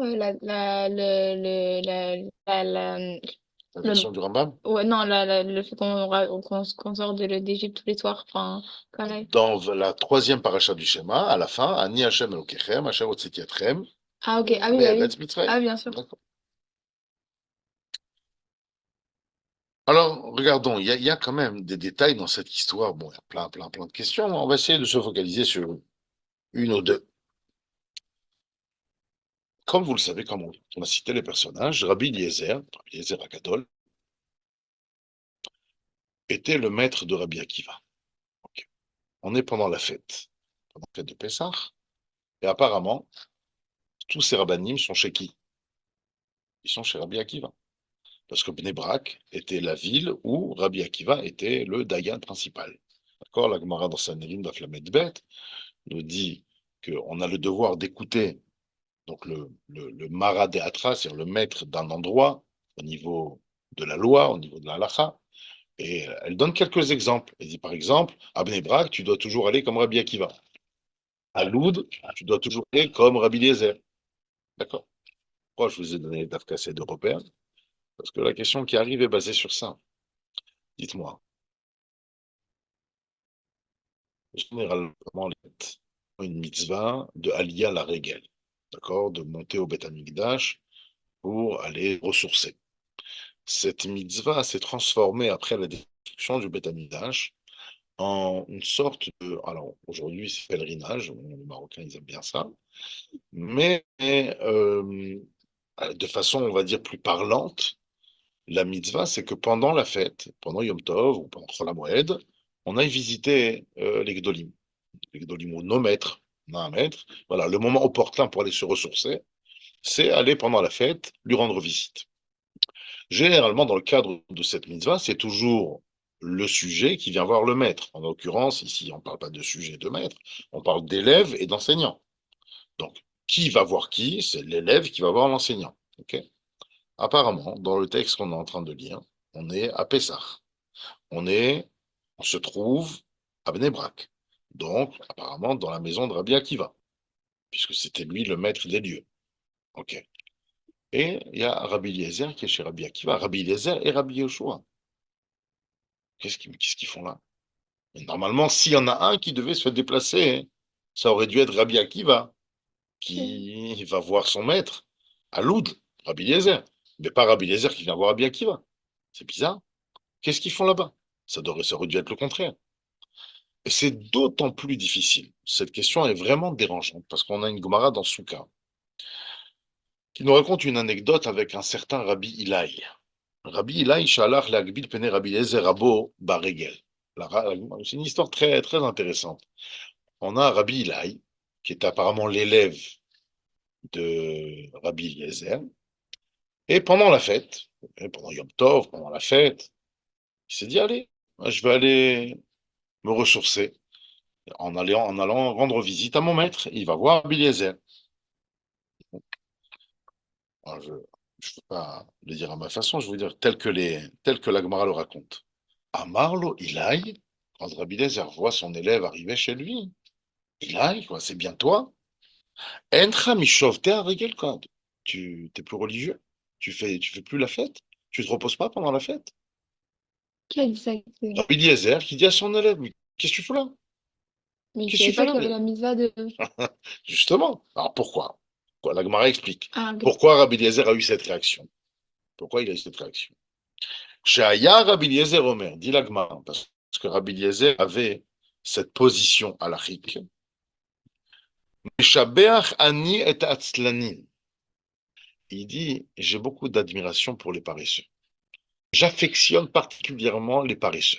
La version du Rambam? ouais, non, le fait qu'on sort d'Égypte tous les soirs, enfin, pareil. Dans la 3e paracha du schéma, à la fin, Ani Hashem Elokechem, Asher Hotzeti Atrem, Ah, ok, ah oui, bah oui. Eretz Mitzrayim. Ah, bien sûr. D'accord. Alors, regardons, il y a quand même des détails dans cette histoire. Bon, il y a plein de questions. On va essayer de se focaliser sur une ou deux. Comme vous le savez, comme on a cité les personnages, Rabbi Eliezer Agadol, était le maître de Rabbi Akiva. Okay. On est pendant la fête de Pessah, et apparemment, tous ces rabbanim sont chez qui? Ils sont chez Rabbi Akiva. Parce que Bnei Brak était la ville où Rabbi Akiva était le dayan principal. D'accord? La Gemara dans Sanhedrin d'Aflamet Bet nous dit qu'on a le devoir d'écouter donc le Mara de Atra, c'est-à-dire le maître d'un endroit au niveau de la loi, au niveau de la halacha. Et elle donne quelques exemples. Elle dit par exemple, à Bnei Brak, tu dois toujours aller comme Rabbi Akiva. À Loud, tu dois toujours aller comme Rabbi Eliezer. D'accord? Pourquoi je vous ai donné d'Afkassé de repères? Parce que la question qui arrive est basée sur ça. Dites-moi. Généralement, une mitzvah de Aliyah la Régel, d'accord, de monter au Beth Amikdash pour aller ressourcer. cette mitzvah s'est transformée après la destruction du Beth Amikdash en une sorte de... Alors, aujourd'hui, c'est pèlerinage, les Marocains, ils aiment bien ça, mais de façon, on va dire, plus parlante, la mitzvah, c'est que pendant la fête, pendant Yom Tov ou pendant Chol HaMoed, on aille visiter les Gdolim ou nos maîtres. On a un maître. Voilà, le moment opportun pour aller se ressourcer, c'est aller pendant la fête lui rendre visite. Généralement, dans le cadre de cette mitzvah, c'est toujours le sujet qui vient voir le maître. En l'occurrence, ici, on ne parle pas de sujet de maître, on parle d'élèves et d'enseignants. Donc, qui va voir qui? C'est l'élève qui va voir l'enseignant. Ok. Apparemment, dans le texte qu'on est en train de lire, on est à Pessah. On se trouve à Bnei Brak. Donc, apparemment, dans la maison de Rabbi Akiva, puisque c'était lui le maître des lieux. Ok. Et il y a Rabbi Eliezer qui est chez Rabbi Akiva, Rabbi Eliezer et Rabbi Yoshua. Qu'est-ce qu'ils font là? Et normalement, s'il y en a un qui devait se déplacer, hein, ça aurait dû être Rabbi Akiva, qui va voir son maître à Loud, Rabbi Eliezer. Mais pas Rabbi Eliezer qui vient voir Rabbi Akiva. C'est bizarre. Qu'est-ce qu'ils font là-bas? Ça aurait dû être le contraire. Et c'est d'autant plus difficile. Cette question est vraiment dérangeante parce qu'on a une Gemara dans Souka qui nous raconte une anecdote avec un certain Rabbi Ilaï. Rabbi Ilaï Shalach Lagbil Pene Rabbi Eliezer Rabo Baregel. C'est une histoire très, très intéressante. On a Rabbi Ilaï, qui est apparemment l'élève de Rabbi Eliezer, et pendant la fête, pendant Yom Tov, pendant la fête, il s'est dit, allez, je vais aller me ressourcer en allant rendre visite à mon maître. Il va voir Rabbi Eliezer. Alors, je ne peux pas le dire à ma façon, je veux dire tel que la Gemara le raconte. Amarlo Ilaï, quand Rabbi Eliezer voit son élève arriver chez lui, Ilaï, quoi, c'est bien toi. Encha Mishov, t'es un régel, quoi. Tu t'es plus religieux. Tu fais plus la fête. Tu te reposes pas pendant la fête. Qui a dit ça exactement? Rabbi Eliezer qui dit à son élève, mais qu'est-ce que tu fais là? Mais je Qu'est-ce que savais tu fais pas là? qu'il y avait la mitzvah de... Justement. Alors pourquoi? Quoi, la Gemara explique. Ah, ok. Pourquoi Rabbi Eliezer a eu cette réaction? Pourquoi il a eu cette réaction? Shaya Rabbi Eliezer Omer, dit la Gemara, parce que Rabbi Eliezer avait cette position à halachique. Meshabeach ani et atzlanin. Il dit, j'ai beaucoup d'admiration pour les paresseux. J'affectionne particulièrement les paresseux.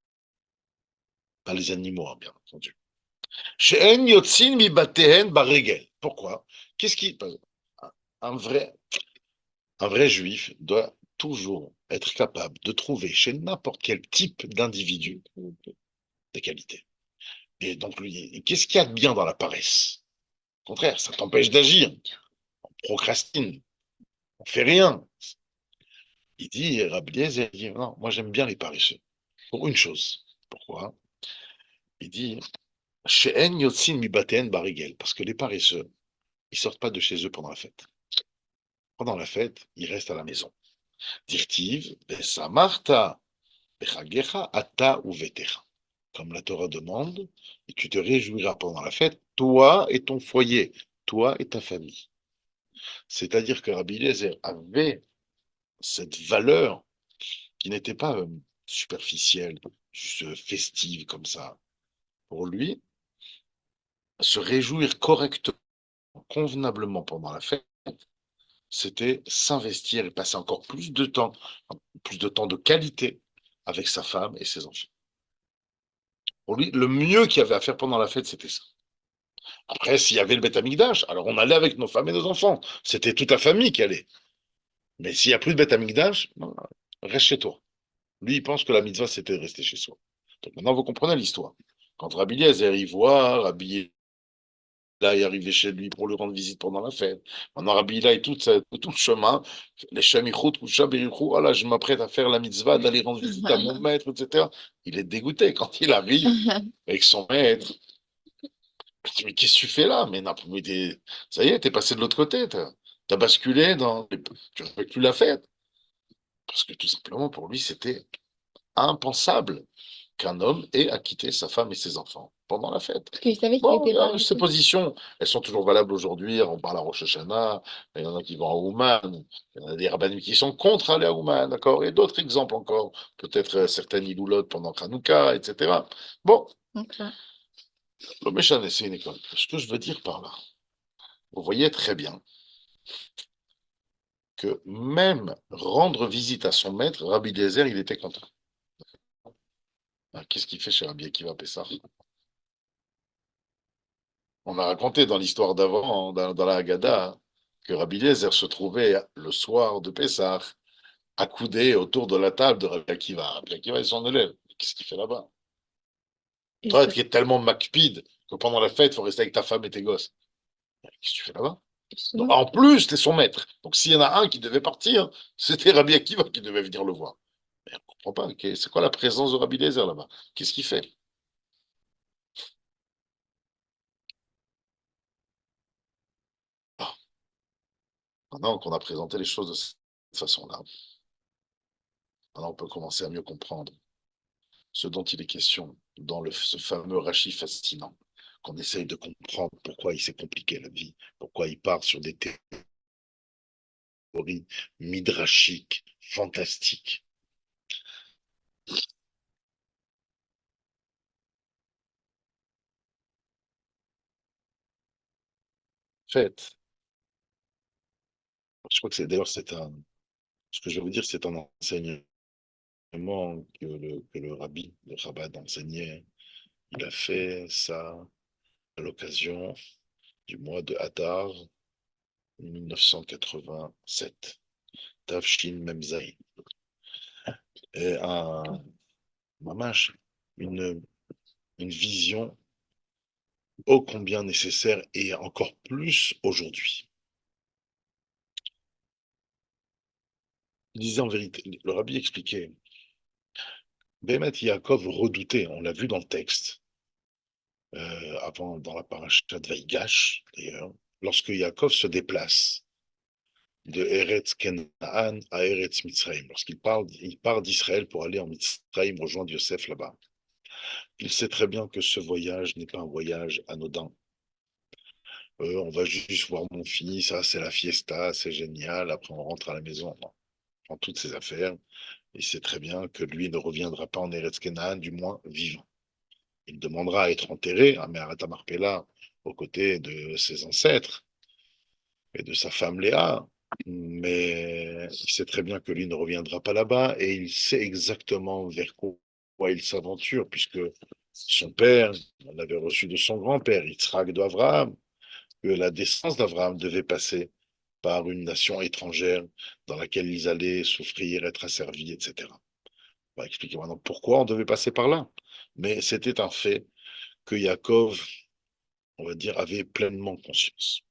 Pas les animaux, hein, bien entendu. She'en yotzin mi batehen baregel. Pourquoi? Qu'est-ce qui... Un vrai, un vrai juif doit toujours être capable de trouver chez n'importe quel type d'individu des qualités. Et donc, lui, qu'est-ce qu'il y a de bien dans la paresse? Au contraire, ça t'empêche d'agir. On procrastine, on fait rien. Il dit, Rabbi Eliezer, il dit, non, moi j'aime bien les paresseux. Pour une chose. Pourquoi? Il dit, She'en yotzin mi baten barigel, parce que les paresseux, ils sortent pas de chez eux pendant la fête. Pendant la fête, ils restent à la maison. Dirtiv, besamarta, bechagecha, ata ou vetecha. Comme la Torah demande, et tu te réjouiras pendant la fête, toi et ton foyer, toi et ta famille. C'est-à-dire que Rabbi Eliezer avait cette valeur qui n'était pas superficielle, juste festive comme ça. Pour lui, se réjouir correctement, convenablement pendant la fête, c'était s'investir et passer encore plus de temps de qualité avec sa femme et ses enfants. Pour lui, le mieux qu'il y avait à faire pendant la fête, c'était ça. Après, s'il y avait le Beth Amikdash, alors on allait avec nos femmes et nos enfants. C'était toute la famille qui allait. Mais s'il n'y a plus de Beth Amikdash, non, reste chez toi. Lui, il pense que la mitzvah, c'était de rester chez soi. Donc maintenant, vous comprenez l'histoire. Quand Rabbi Eliezer y voit, Rabbi Là, est arrivé chez lui pour lui rendre visite pendant la fête. Maintenant, Rabbi Hila et tout le chemin, les Shamichut, Kusha, Berichou, voilà, je m'apprête à faire la mitzvah d'aller rendre visite à mon maître, etc. Il est dégoûté quand il arrive avec son maître. Il dit, mais qu'est-ce que tu fais là? Mais non, mais ça y est, t'es passé de l'autre côté, t'as basculé tu ne fais plus la fête. Parce que tout simplement, pour lui, c'était impensable qu'un homme ait à quitter sa femme et ses enfants pendant la fête. Parce qu'il savait qu'il Bon, était pas ces juif. positions, elles sont toujours valables aujourd'hui. On parle à Rosh Hashanah, il y en a qui vont à Ouman, il y en a des rabbinim qui sont contre aller à Ouman, d'accord? Et d'autres exemples encore, peut-être certaines iloulotes pendant Hanouka, etc. Bon, Ok. le méchant, c'est une école. Ce que je veux dire par là, vous voyez très bien que même rendre visite à son maître, Rabbi Eliezer, il était content. Qu'est-ce qu'il fait chez Rabbi Akiva Pessah? On a raconté dans l'histoire d'avant, dans la Haggadah, hein, que Rabbi Eliezer se trouvait le soir de Pessah, accoudé autour de la table de Rabbi Akiva. Rabbi Akiva est son élève. Qu'est-ce qu'il fait là-bas? Et Toi, ça, tu es tellement macpide que pendant la fête, il faut rester avec ta femme et tes gosses. Qu'est-ce que tu fais là-bas? Donc, justement, en plus, tu es son maître. Donc, s'il y en a un qui devait partir, c'était Rabbi Akiva qui devait venir le voir. Mais on ne comprend pas. C'est quoi la présence de Rabbi Eliezer là-bas? Qu'est-ce qu'il fait? Ah, maintenant qu'on a présenté les choses de cette façon-là, maintenant on peut commencer à mieux comprendre ce dont il est question dans ce fameux Rashi fascinant, qu'on essaye de comprendre pourquoi il s'est compliqué la vie, pourquoi il part sur des théories midrashiques, fantastiques. En fait, je crois que ce que je vais vous dire, c'est un enseignement que le rabbi, le rabbin enseignait. Il a fait ça à l'occasion du mois de Hadar 1987, Tafshin Memzaï. Et mamash, une, une vision ô combien nécessaire et encore plus aujourd'hui. Il disait en vérité, le rabbi expliquait, Bémet Yaakov redoutait, on l'a vu dans le texte, avant dans la paracha de Vaïgash, d'ailleurs, lorsque Yaakov se déplace de Eretz Kenaan à Eretz Mitzrayim, il part d'Israël pour aller en Mitzrayim rejoindre Yosef là-bas. Il sait très bien que ce voyage n'est pas un voyage anodin. On va juste voir mon fils, ça c'est la fiesta, c'est génial, après on rentre à la maison, on prend toutes ses affaires, il sait très bien que lui ne reviendra pas en Eretz Kenaan, du moins vivant. Il demandera à être enterré à Me'arat Marpella aux côtés de ses ancêtres et de sa femme Léa, mais il sait très bien que lui ne reviendra pas là-bas et il sait exactement vers quoi il s'aventure, puisque son père l'avait reçu de son grand-père, Yitzhak d'Abraham, que la descendance d'Abraham devait passer par une nation étrangère dans laquelle ils allaient souffrir, être asservis, etc. On va expliquer maintenant pourquoi on devait passer par là. Mais c'était un fait que Yaakov, on va dire, avait pleinement conscience.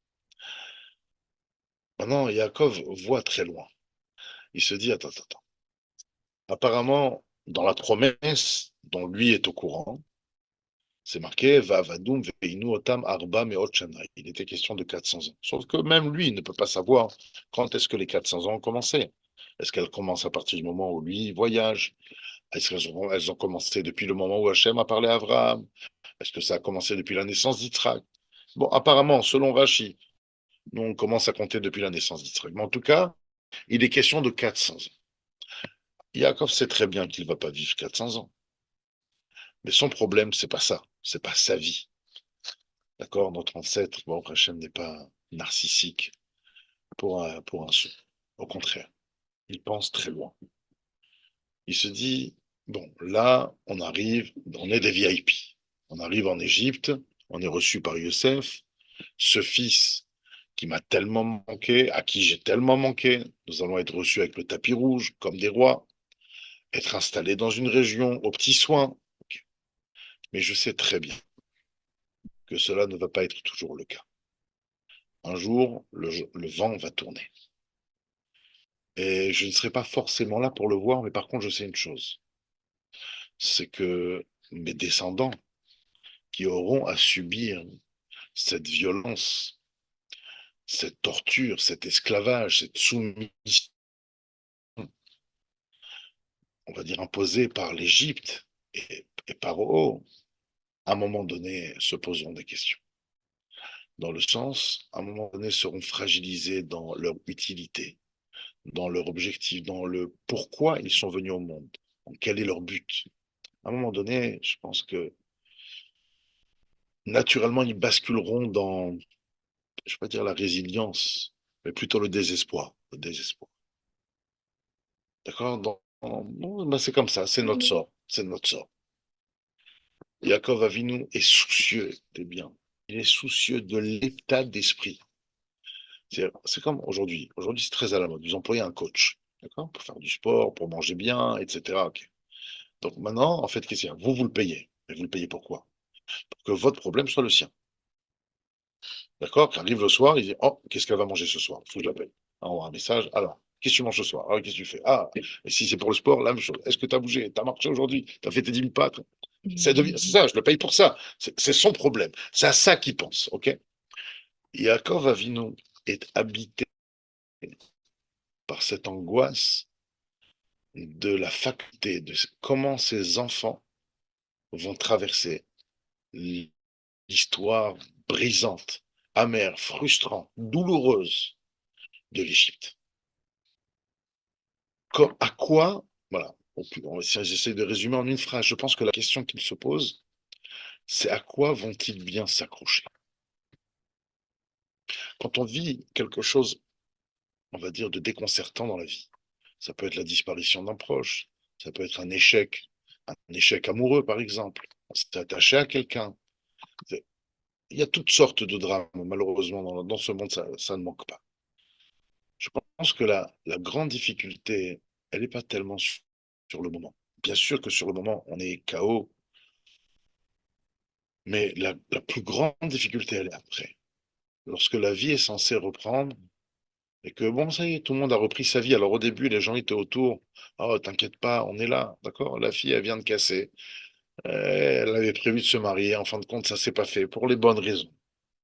Maintenant, Yaakov voit très loin. Il se dit, attends, attends. Apparemment, dans la promesse dont lui est au courant, c'est marqué Va vadum veinu otam arba meot shana. Il était question de 400 ans. Sauf que même lui ne peut pas savoir quand est-ce que les 400 ans ont commencé. Est-ce qu'elles commencent à partir du moment où lui voyage? Est-ce qu'elles ont commencé depuis le moment où Hachem a parlé à Abraham? Est-ce que ça a commencé depuis la naissance d'Yitzhak? Bon, apparemment, selon Rashi, nous on commence à compter depuis la naissance d'Yitzhak. Mais en tout cas, il est question de 400 ans. Yaakov sait très bien qu'il ne va pas vivre 400 ans. Mais son problème, c'est pas ça. C'est pas sa vie. D'accord? Notre ancêtre, bon, Hachem n'est pas narcissique pour un sou. Au contraire, il pense très loin. Il se dit, bon, là, on est des VIP. On arrive en Égypte, on est reçu par Youssef. Ce fils qui m'a tellement manqué, à qui j'ai tellement manqué, nous allons être reçus avec le tapis rouge, comme des rois, être installés dans une région aux petits soins. Mais je sais très bien que cela ne va pas être toujours le cas. Un jour, le vent va tourner. Et je ne serai pas forcément là pour le voir, mais par contre, je sais une chose, c'est que mes descendants qui auront à subir cette violence, cette torture, cet esclavage, cette soumission, on va dire imposée par l'Égypte, et et Paro, à un moment donné, se poseront des questions. Dans le sens, à un moment donné, seront fragilisés dans leur utilité, dans leur objectif, dans le pourquoi ils sont venus au monde, quel est leur but. À un moment donné, je pense que naturellement, ils basculeront dans, je ne vais pas dire la résilience, mais plutôt le désespoir. Le désespoir. D'accord? Bon, ben, c'est comme ça, c'est notre Mhm. sort. C'est notre sort. Yaakov Avinu est soucieux des biens. Il est soucieux de l'état d'esprit. C'est comme aujourd'hui. Aujourd'hui, c'est très à la mode. Vous employez un coach, d'accord? Pour faire du sport, pour manger bien, etc. Ok. Donc maintenant, en fait, qu'est-ce qu'il y a? Vous le payez. Mais vous le payez pourquoi? Pour que votre problème soit le sien. D'accord? Qu'arrive le soir, il dit, oh, qu'est-ce qu'elle va manger ce soir? Faut que je l'appelle. Envoie un message. Alors, qu'est-ce que tu manges ce soir? Ah, qu'est-ce que tu fais? Ah, et si c'est pour le sport, la même chose. Est-ce que tu as bougé? Tu as marché aujourd'hui? Tu as fait tes 10 000 pas? C'est ça, je le paye pour ça. C'est son problème. C'est à ça qu'il pense. OK? Yaakov Avinu est habité par cette angoisse de la faculté de comment ses enfants vont traverser l'histoire brisante, amère, frustrante, douloureuse de l'Égypte. À quoi, voilà, si j'essaie de résumer en une phrase, je pense que la question qu'il se pose, c'est à quoi vont-ils bien s'accrocher? Quand on vit quelque chose, on va dire, de déconcertant dans la vie, ça peut être la disparition d'un proche, ça peut être un échec amoureux par exemple, on s'est attaché à quelqu'un. Il y a toutes sortes de drames, malheureusement, dans ce monde, ça ne manque pas. Je pense que la grande difficulté, elle n'est pas tellement sur le moment. Bien sûr que sur le moment, on est KO, mais la plus grande difficulté, elle est après. Lorsque la vie est censée reprendre et que, bon, ça y est, tout le monde a repris sa vie. Alors au début, les gens étaient autour. Oh, t'inquiète pas, on est là, d'accord? La fille, elle vient de casser. Elle avait prévu de se marier. En fin de compte, ça s'est pas fait pour les bonnes raisons.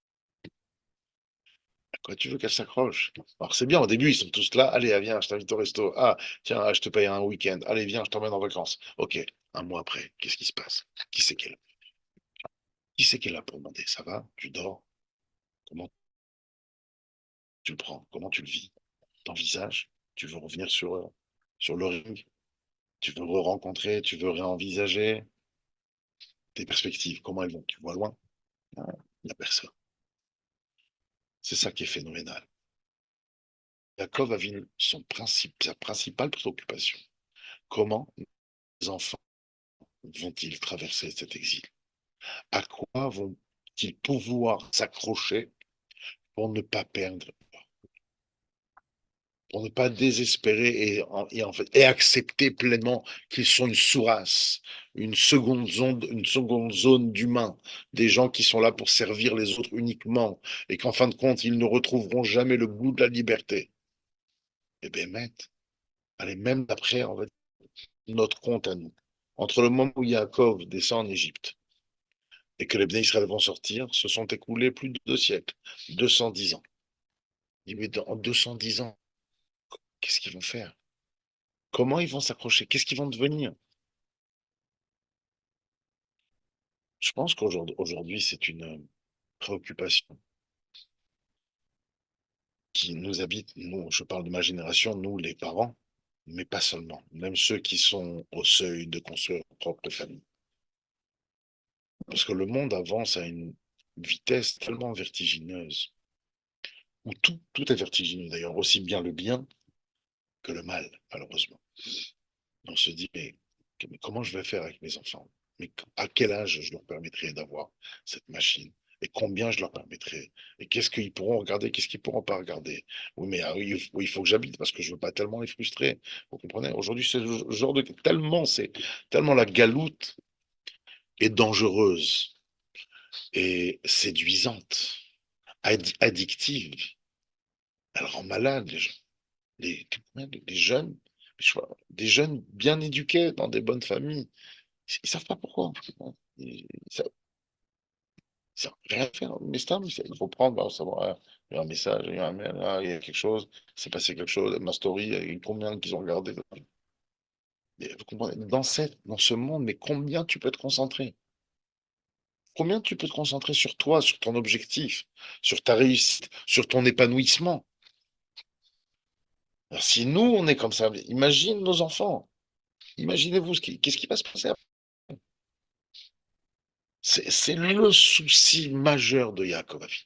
À quoi tu veux qu'elle s'accroche? Alors c'est bien, au début, ils sont tous là. Allez, viens, je t'invite au resto. Ah, tiens, je te paye un week-end. Allez, viens, je t'emmène en vacances. Ok, un mois après, qu'est-ce qui se passe? Qui c'est qu'elle? Qui c'est qu'elle a pour demander? Ça va? Tu dors? Comment tu le prends? Comment tu le vis? T'envisages? Tu veux revenir sur le ring? Tu veux re-rencontrer? Tu veux réenvisager tes perspectives? Comment elles vont? Tu vois loin? Il n'y a personne. C'est ça qui est phénoménal. Jacob a vu sa principale préoccupation. Comment les enfants vont-ils traverser cet exil? À quoi vont-ils pouvoir s'accrocher pour ne pas perdre, pour ne pas désespérer et accepter pleinement qu'ils sont une sous-race, une seconde zone d'humains, des gens qui sont là pour servir les autres uniquement et qu'en fin de compte, ils ne retrouveront jamais le goût de la liberté. Eh bien, maître, allez, même d'après, on va dire, notre compte à nous. Entre le moment où Yaakov descend en Égypte et que les Bnei Israël vont sortir, se sont écoulés plus de 2 siècles, 210 ans. Mais en 210 ans, qu'est-ce qu'ils vont faire? Comment ils vont s'accrocher? Qu'est-ce qu'ils vont devenir? Je pense qu'aujourd'hui, c'est une préoccupation qui nous habite. Nous, je parle de ma génération, nous, les parents, mais pas seulement. Même ceux qui sont au seuil de construire leur propre famille. Parce que le monde avance à une vitesse tellement vertigineuse, où tout est vertigineux d'ailleurs, aussi bien le bien que le mal, malheureusement. On se dit, mais comment je vais faire avec mes enfants? Mais à quel âge je leur permettrai d'avoir cette machine? Et combien je leur permettrai? Et qu'est-ce qu'ils pourront regarder? Qu'est-ce qu'ils pourront pas regarder? Oui, mais oui, il faut que j'habite parce que je veux pas tellement les frustrer. Vous comprenez? Aujourd'hui, c'est le genre de c'est tellement la galoute est dangereuse et séduisante, addictive. Elle rend malade les gens, les jeunes, des jeunes bien éduqués dans des bonnes familles. Ils savent pas pourquoi. Ils savent, ils savent rien faire. Mais c'est il faut prendre, bah, savoir, il y a un message, il y a un mail, il y a quelque chose, c'est passé quelque chose, ma story, combien qu'ils ont regardé. Mais vous comprenez, dans ce monde, mais combien tu peux te concentrer? Combien tu peux te concentrer sur toi, sur ton objectif, sur ta réussite, sur ton épanouissement? Alors, si nous, on est comme ça, imagine nos enfants. Imaginez-vous qu'est-ce qui va se passer après. C'est le souci majeur de Yaakov Avinu.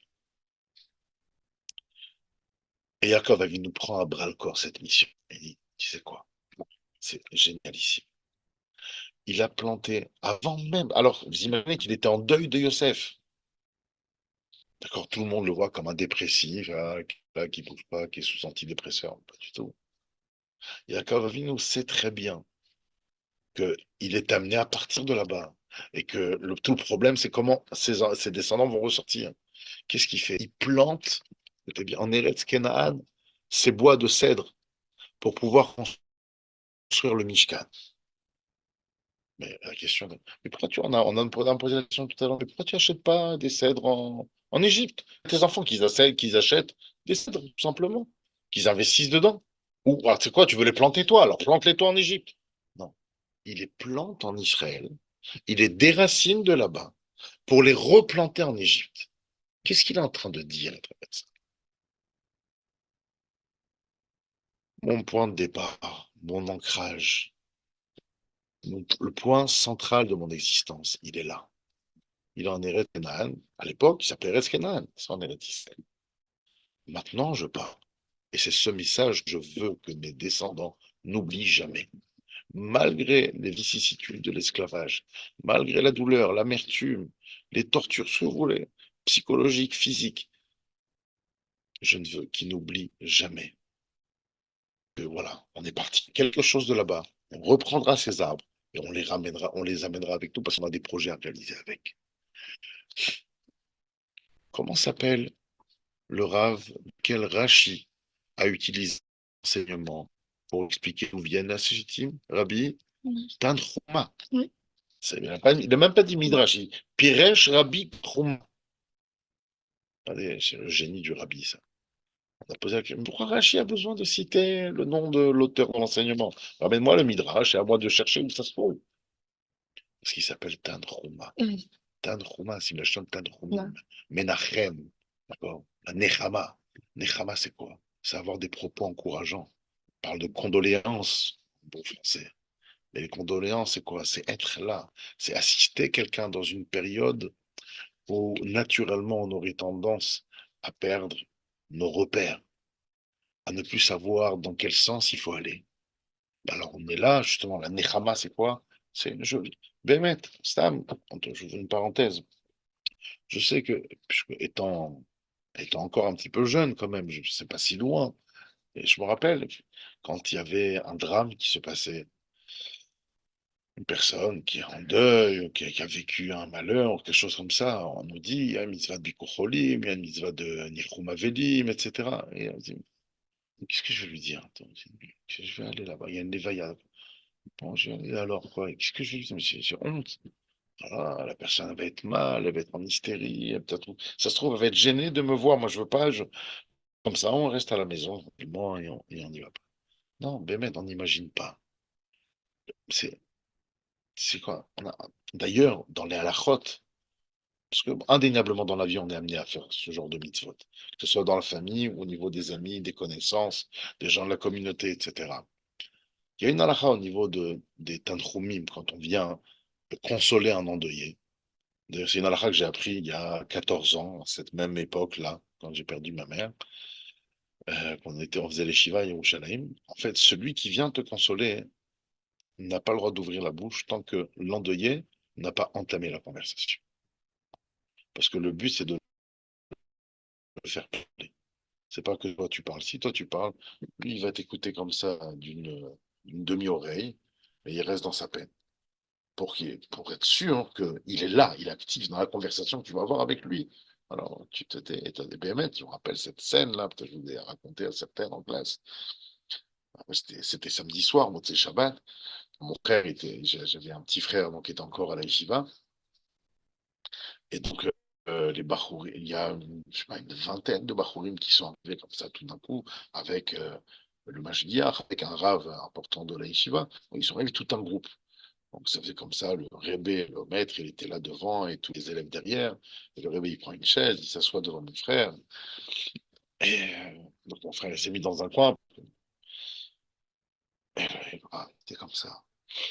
Et Yaakov Avinu nous prend à bras le corps cette mission. Il dit, tu sais quoi? C'est génial ici. Il a planté avant même. Alors, vous imaginez qu'il était en deuil de Yosef. D'accord, tout le monde le voit comme un dépressif, qui ne bouge pas, qui est sous antidépresseur. Pas du tout. Yaakov Avinu sait très bien qu'il est amené à partir de là-bas. Et que tout le problème, c'est comment ses descendants vont ressortir. Qu'est-ce qu'il fait? Il plante, écoutez bien, en Eretz Kenaan, ces bois de cèdre pour pouvoir construire le Mishkan. Mais la question, mais pourquoi on a posé la question tout à l'heure, mais pourquoi tu n'achètes pas des cèdres en Égypte? Tes enfants qu'ils achètent des cèdres, tout simplement, qu'ils investissent dedans. Ou, alors, tu sais quoi, tu veux les planter toi, alors plante-les toi en Égypte. Non, il les plante en Israël, il les déracine de là-bas pour les replanter en Égypte. Qu'est-ce qu'il est en train de dire à travers ça? Mon point de départ, mon ancrage, le point central de mon existence, il est là. Il est en Eretz Kenaan. À l'époque, il s'appelait Eretz Kenaan, c'est en Eretz Israël. Maintenant, je pars. Et c'est ce message que je veux que mes descendants n'oublient jamais. Malgré les vicissitudes de l'esclavage, malgré la douleur, l'amertume, les tortures, ce que vous voulez, psychologiques, physiques, je ne veux qu'ils n'oublient jamais que voilà, on est parti quelque chose de là-bas. On reprendra ces arbres et on les amènera avec nous parce qu'on a des projets à réaliser avec. Comment s'appelle le Rav, quel Rashi a utilisé l'enseignement pour expliquer d'où viennent la Séchitim? Rabbi Tanchuma. Oui. Il n'a même pas dit Midrash, il dit Piresh Rabbi Truma. Allez, c'est le génie du Rabbi, ça. On a posé la question, pourquoi Rashi a besoin de citer le nom de l'auteur de l'enseignement? Ramène-moi le Midrash et à moi de chercher où ça se trouve. Parce qu'il s'appelle Tanchuma. Oui. Tanchuma, c'est la chaîne Ouais. Tanchumim. Menachem, d'accord? La Nechama. Nechama, c'est quoi? C'est avoir des propos encourageants. On parle de condoléances, en bon français. Mais les condoléances, c'est quoi? C'est être là. C'est assister quelqu'un dans une période où, naturellement, on aurait tendance à perdre nos repères, à ne plus savoir dans quel sens il faut aller. Alors, on est là, justement, la Nechama, c'est quoi? C'est une jolie. Bémet, Stam, je vous une parenthèse. Je sais que, étant encore un petit peu jeune quand même, je ne sais pas si loin, et je me rappelle quand il y avait un drame qui se passait, une personne qui est en deuil, qui a vécu un malheur, quelque chose comme ça, on nous dit, il y a une mitzvah de Bikur Cholim, il y a une mitzvah de Nichum Avelim, etc. Et on dit, qu'est-ce que je vais lui dire? Attends, je vais aller là-bas, il y a une levaya. Bon, je vais aller alors, quoi? Qu'est-ce que je vais lui dire? Mais j'ai honte. Voilà, la personne elle va être mal, elle va être en hystérie, peut-être, ça se trouve, elle va être gênée de me voir. Moi, je veux pas, comme ça, on reste à la maison, tranquillement, et on n'y va pas. Non, Bémet, on n'imagine pas. C'est, c'est quoi? D'ailleurs, dans les halachot, parce que indéniablement dans la vie, on est amené à faire ce genre de mitzvot, que ce soit dans la famille ou au niveau des amis, des connaissances, des gens de la communauté, etc. Il y a une halakha au niveau des tanchumim, quand on vient consoler un endeuillé. D'ailleurs, c'est une halakha que j'ai appris il y a 14 ans, à cette même époque-là, quand j'ai perdu ma mère, on faisait les Shiva à Yerushalayim. En fait, celui qui vient te consoler n'a pas le droit d'ouvrir la bouche tant que l'endeuillé n'a pas entamé la conversation. Parce que le but, c'est de le faire parler. C'est pas que toi tu parles. Si toi tu parles, lui, il va t'écouter comme ça d'une demi-oreille, et il reste dans sa peine. Pour être sûr qu'il est là, il est actif dans la conversation que tu vas avoir avec lui. Alors, tu as des BMS, je me rappelle cette scène-là, peut-être que je vous ai raconté à certaines en classe. C'était samedi soir, moi, c'est Shabbat. Mon frère j'avais un petit frère donc, qui était encore à la yeshiva. Et donc, les Bachourim, il y a je sais pas, une vingtaine de Bachourim qui sont arrivés comme ça tout d'un coup, avec le Mashgiach, avec un rave important de la yeshiva. Ils sont arrivés tout un groupe. Donc ça faisait comme ça, le Rebbe, le maître, il était là devant et tous les élèves derrière. Et le Rebbe, il prend une chaise, il s'assoit devant mon frère. Et donc mon frère, il s'est mis dans un coin. Et c'était comme ça.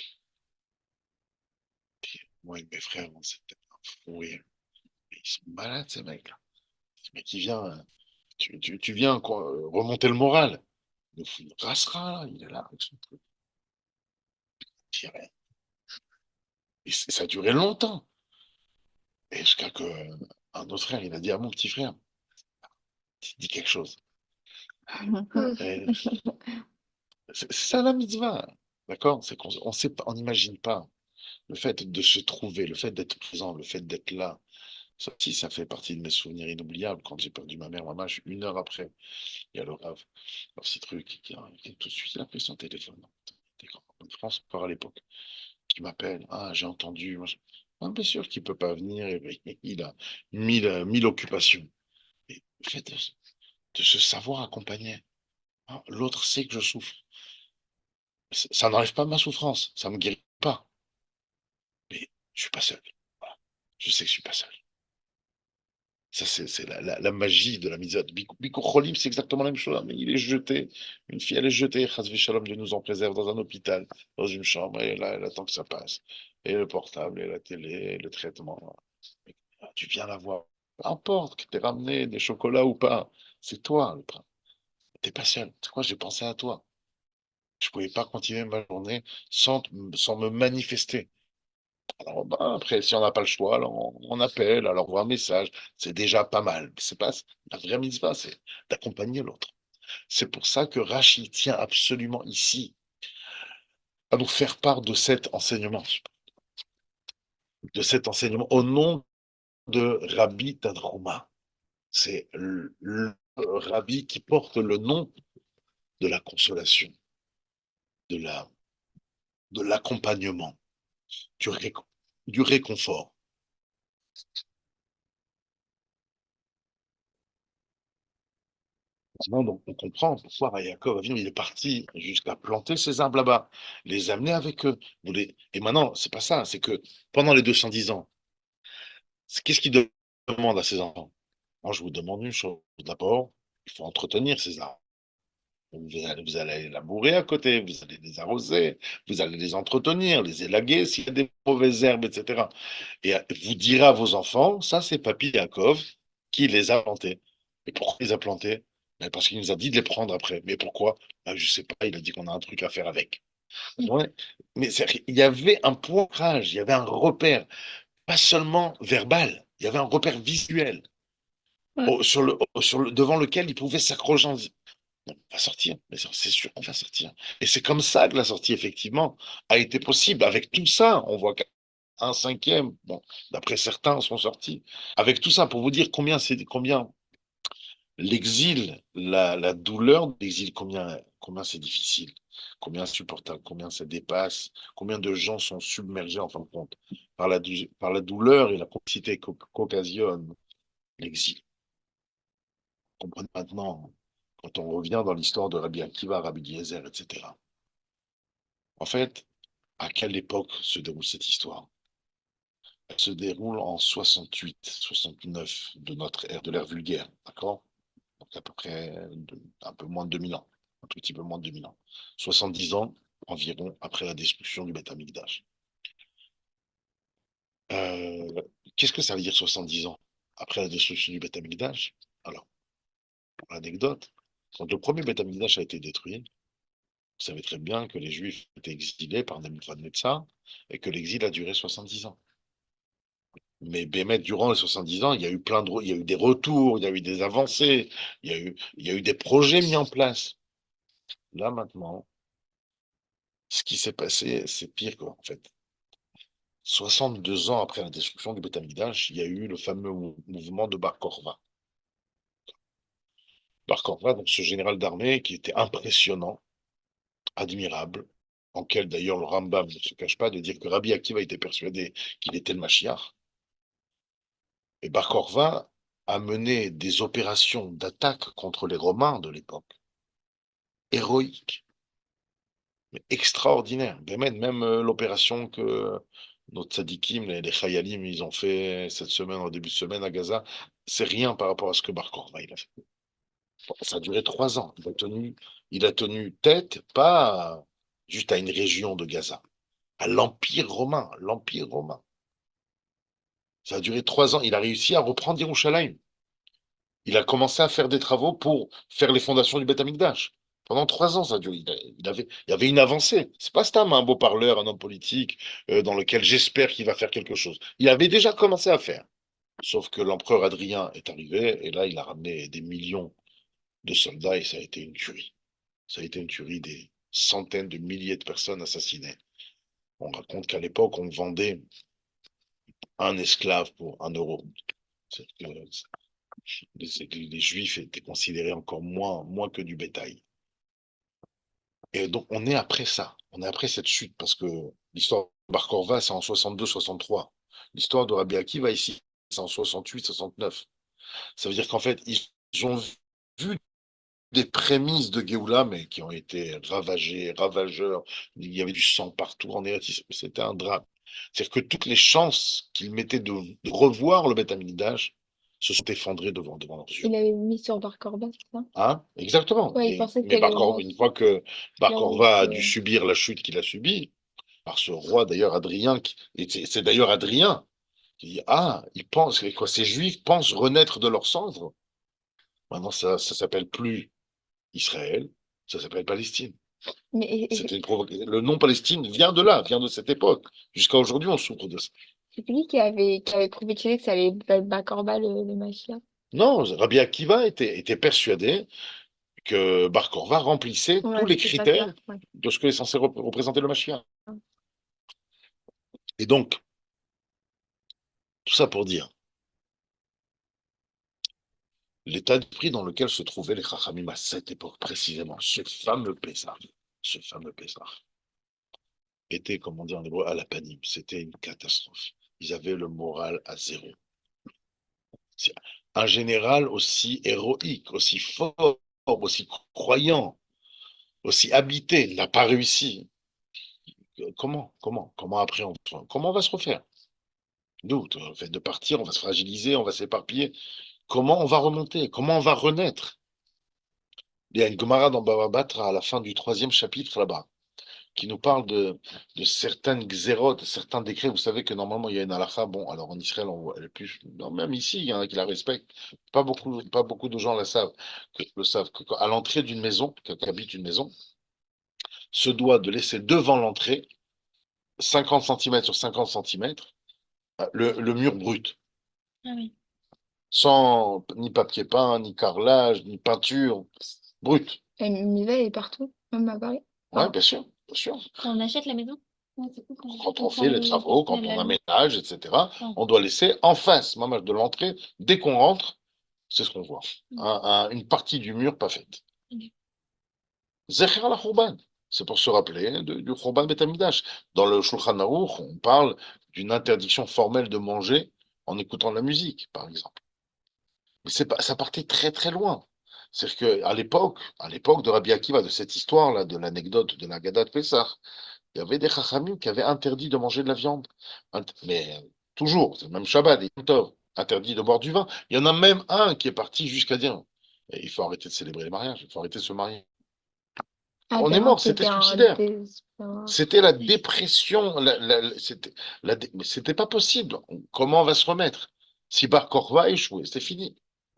Puis moi et mes frères, on s'est peut-être un fou rire. Mais ils sont malades, ces mecs-là. Ce mec, il vient, tu viens quoi, remonter le moral. Il nous fout une rassera, là, il est là avec son truc. Puis rien. Et ça a duré longtemps. Et jusqu'à que un autre frère, il a dit à mon petit frère, dis quelque chose. Et c'est ça la mitzvah, d'accord? C'est qu'on on sait pas, on n'imagine pas le fait de se trouver, le fait d'être présent, le fait d'être là. Ça aussi, ça fait partie de mes souvenirs inoubliables. Quand j'ai perdu ma mère, une heure après, il y a le Rav, un petit truc qui tout de suite, il a pris son téléphone. C'était en France, encore à l'époque, qui m'appelle. Ah, j'ai entendu. Ah, bien sûr qu'il peut pas venir. Il a mille occupations. Mais le fait de se savoir accompagner. Hein, l'autre sait que je souffre. Ça n'enlève pas ma souffrance. Ça me guérit pas. Mais je suis pas seul. Voilà. Je sais que je suis pas seul. Ça, c'est la magie de la mitzvah. Bikur Cholim, c'est exactement la même chose. Mais il est jeté. Une fille, elle est jetée. Chas v'shalom, Dieu nous en préserve dans un hôpital, dans une chambre. Et là, elle attend que ça passe. Et le portable, et la télé, et le traitement. Et tu viens la voir. Peu importe que t'aies ramené des chocolats ou pas. C'est toi, le prince. T'es pas seul. C'est quoi, j'ai pensé à toi. Je pouvais pas continuer ma journée sans me manifester. Alors, ben, après, si on n'a pas le choix, alors on appelle, alors on voit un message. C'est déjà pas mal. C'est pas la vraie mitzvah, c'est d'accompagner l'autre. C'est pour ça que Rachid tient absolument ici à nous faire part de cet enseignement au nom de Rabbi Tadrouma. C'est le Rabbi qui porte le nom de la consolation, de la, de l'accompagnement, du, du réconfort. Maintenant, donc, on comprend pourquoi Yaakov Avinu, il est parti jusqu'à planter ses arbres là-bas, les amener avec eux. Et maintenant, c'est pas ça, c'est que pendant les 210 ans, qu'est-ce qu'il demande à ses enfants? Moi, je vous demande une chose. D'abord, il faut entretenir ces arbres. Vous allez les labourer à côté, vous allez les arroser, vous allez les entretenir, les élaguer s'il y a des mauvaises herbes, etc. Et vous direz à vos enfants, ça c'est Papy Yaakov qui les a plantés. Et pourquoi il les a plantés? Ben, parce qu'il nous a dit de les prendre après. Mais pourquoi? Ben, je ne sais pas, il a dit qu'on a un truc à faire avec. Ouais. Mais il y avait un point d'ancrage, il y avait un repère, pas seulement verbal, il y avait un repère visuel Ouais. devant lequel il pouvait s'accrocher en disant, on va sortir, mais c'est sûr qu'on va sortir. Et c'est comme ça que la sortie, effectivement, a été possible. Avec tout ça, on voit qu'un cinquième, bon, d'après certains, sont sortis. Avec tout ça, pour vous dire combien l'exil, la douleur de l'exil, combien c'est difficile, combien c'est insupportable, combien ça dépasse, combien de gens sont submergés, en fin de compte, par la douleur et la complexité qu'occasionne l'exil. Comprenez maintenant, quand on revient dans l'histoire de Rabbi Akiva, Rabbi Eliezer, etc. En fait, à quelle époque se déroule cette histoire? Elle se déroule en 68, 69 de notre ère, de l'ère vulgaire, d'accord? Donc à peu près un peu moins de 2000 ans, un tout petit peu moins de 2000 ans. 70 ans environ après la destruction du Beth Amikdash. Euh, Qu'est-ce que ça veut dire 70 ans après la destruction du Beth Amikdash? Alors, pour l'anecdote, quand le premier Beth Amikdash a été détruit, vous savez très bien que les Juifs étaient exilés par Nebuchadnezzar et que l'exil a duré 70 ans. Mais Bémet, durant les 70 ans, il y a eu il y a eu des retours, il y a eu des avancées, il y a eu des projets mis en place. Là, maintenant, ce qui s'est passé, c'est pire, quoi, en fait. 62 ans après la destruction du Beth Amikdash, il y a eu le fameux mouvement de Bar Korva. Bar Korva, donc ce général d'armée qui était impressionnant, admirable, en quel d'ailleurs le Rambam ne se cache pas de dire que Rabbi Akiva était persuadé qu'il était le Mashiach. Et Bar Korva a mené des opérations d'attaque contre les Romains de l'époque. héroïque, mais extraordinaire. Même l'opération que nos tzadikim, les chayalim, ils ont fait cette semaine, en début de semaine à Gaza, c'est rien par rapport à ce que Bar Korva il a fait. Ça a duré 3 ans. Il a tenu tête, pas juste à une région de Gaza, à l'Empire romain. L'Empire romain. Ça a duré 3 ans. Il a réussi à reprendre Yerushalayim. Il a commencé à faire des travaux pour faire les fondations du Beth Amikdash. Pendant 3 ans, ça a duré. Il y avait une avancée. C'est pas Stam, un beau parleur, un homme politique, dans lequel j'espère qu'il va faire quelque chose. Il avait déjà commencé à faire. Sauf que l'empereur Adrien est arrivé, et là, il a ramené des millions de soldats, et ça a été une tuerie. Ça a été une tuerie, des centaines de milliers de personnes assassinées. On raconte qu'à l'époque, on vendait un esclave pour 1 euro. C'est que les Juifs étaient considérés encore moins que du bétail. Et donc, on est après ça. On est après cette chute, parce que l'histoire de Bar Korva, c'est en 62-63. L'histoire de Rabbi Akiva, ici, c'est en 68-69. Ça veut dire qu'en fait, ils ont vu des prémices de Géoula, mais qui ont été ravageurs. Il y avait du sang partout en Eretz. C'était un drame. C'est-à-dire que toutes les chances qu'ils mettaient de revoir le Beth Amikdash se sont effondrées devant leurs yeux. Il avait mis sur Bar Korba, c'est ça? Hein? Exactement. Ouais, il pensait Mais qu'il allait remettre Une fois que Bar là où Korva a dû c'est. subir la chute qu'il a subie, par ce roi d'ailleurs Adrien, et c'est d'ailleurs Adrien qui dit, ah, ils pensent, quoi, ces Juifs pensent renaître de leurs cendres. Maintenant, ça s'appelle plus Israël, ça s'appelle Palestine. Mais C'était une provocation. Le nom Palestine vient de là, vient de cette époque. Jusqu'à aujourd'hui, on souffre de ça. c'est lui qui avait prophétisé que ça allait être Bar Korba le Mashiach. Non, Rabbi Akiva était persuadé que Bar Korva remplissait tous Ouais, les c'est pas ça. critères Ouais. de ce que est censé représenter le Mashiach. Et donc, tout ça pour dire, l'état d'esprit dans lequel se trouvaient les Chachamim à cette époque précisément, ce fameux Pessah, était, comme on dit en hébreu, à la panim. C'était une catastrophe. Ils avaient le moral à zéro. Un général aussi héroïque, aussi fort, aussi croyant, aussi habité, n'a pas réussi. Comment après comment on va se refaire? Nous, le fait de partir, on va se fragiliser, on va s'éparpiller. Comment on va remonter? Comment on va renaître? Il y a une Gemara dans Baba Batra à la fin du 3e chapitre là-bas, qui nous parle de certaines xérotes, certains décrets. Vous savez que normalement, il y a une halakha. Bon, alors en Israël, on voit elle est plus. Non, même ici, il y en a qui la respectent. Pas beaucoup de gens le savent. À l'entrée d'une maison, quelqu'un qui habite une maison, se doit de laisser devant l'entrée, 50 centimètres sur 50 centimètres, le mur brut, Ah oui. sans ni papier peint, ni carrelage, ni peinture, brut. Et Mireille est partout, même à Paris. Ouais, Enfin, bien sûr, bien sûr. Quand on achète la maison? Ouais, c'est cool Quand on on prend fait les travaux, quand la on loupe. aménage, etc., Ouais. on doit laisser en face, même de l'entrée, dès qu'on rentre, c'est ce qu'on voit. Une partie du mur pas faite. Ok. Zecher la Khurban. C'est pour se rappeler du Khurban Bet Amidash. Dans le Shulchan Aruch, on parle d'une interdiction formelle de manger en écoutant de la musique, par exemple. Mais ça partait très très loin. C'est-à-dire qu'à l'époque de Rabbi Akiva, de cette histoire-là, de l'anecdote de la Gada de Pessah, il y avait des Chachamim qui avaient interdit de manger de la viande. Mais toujours, c'est le même Shabbat, et Yom Tov, interdit de boire du vin. Il y en a même un qui est parti jusqu'à dire, il faut arrêter de célébrer les mariages, il faut arrêter de se marier. ah, On est tellement mort, que c'était c'était un suicidaire. désespoir. C'était la dépression. Mais c'était pas possible. Comment on va se remettre? Si Bar Korva a échoué, c'est fini.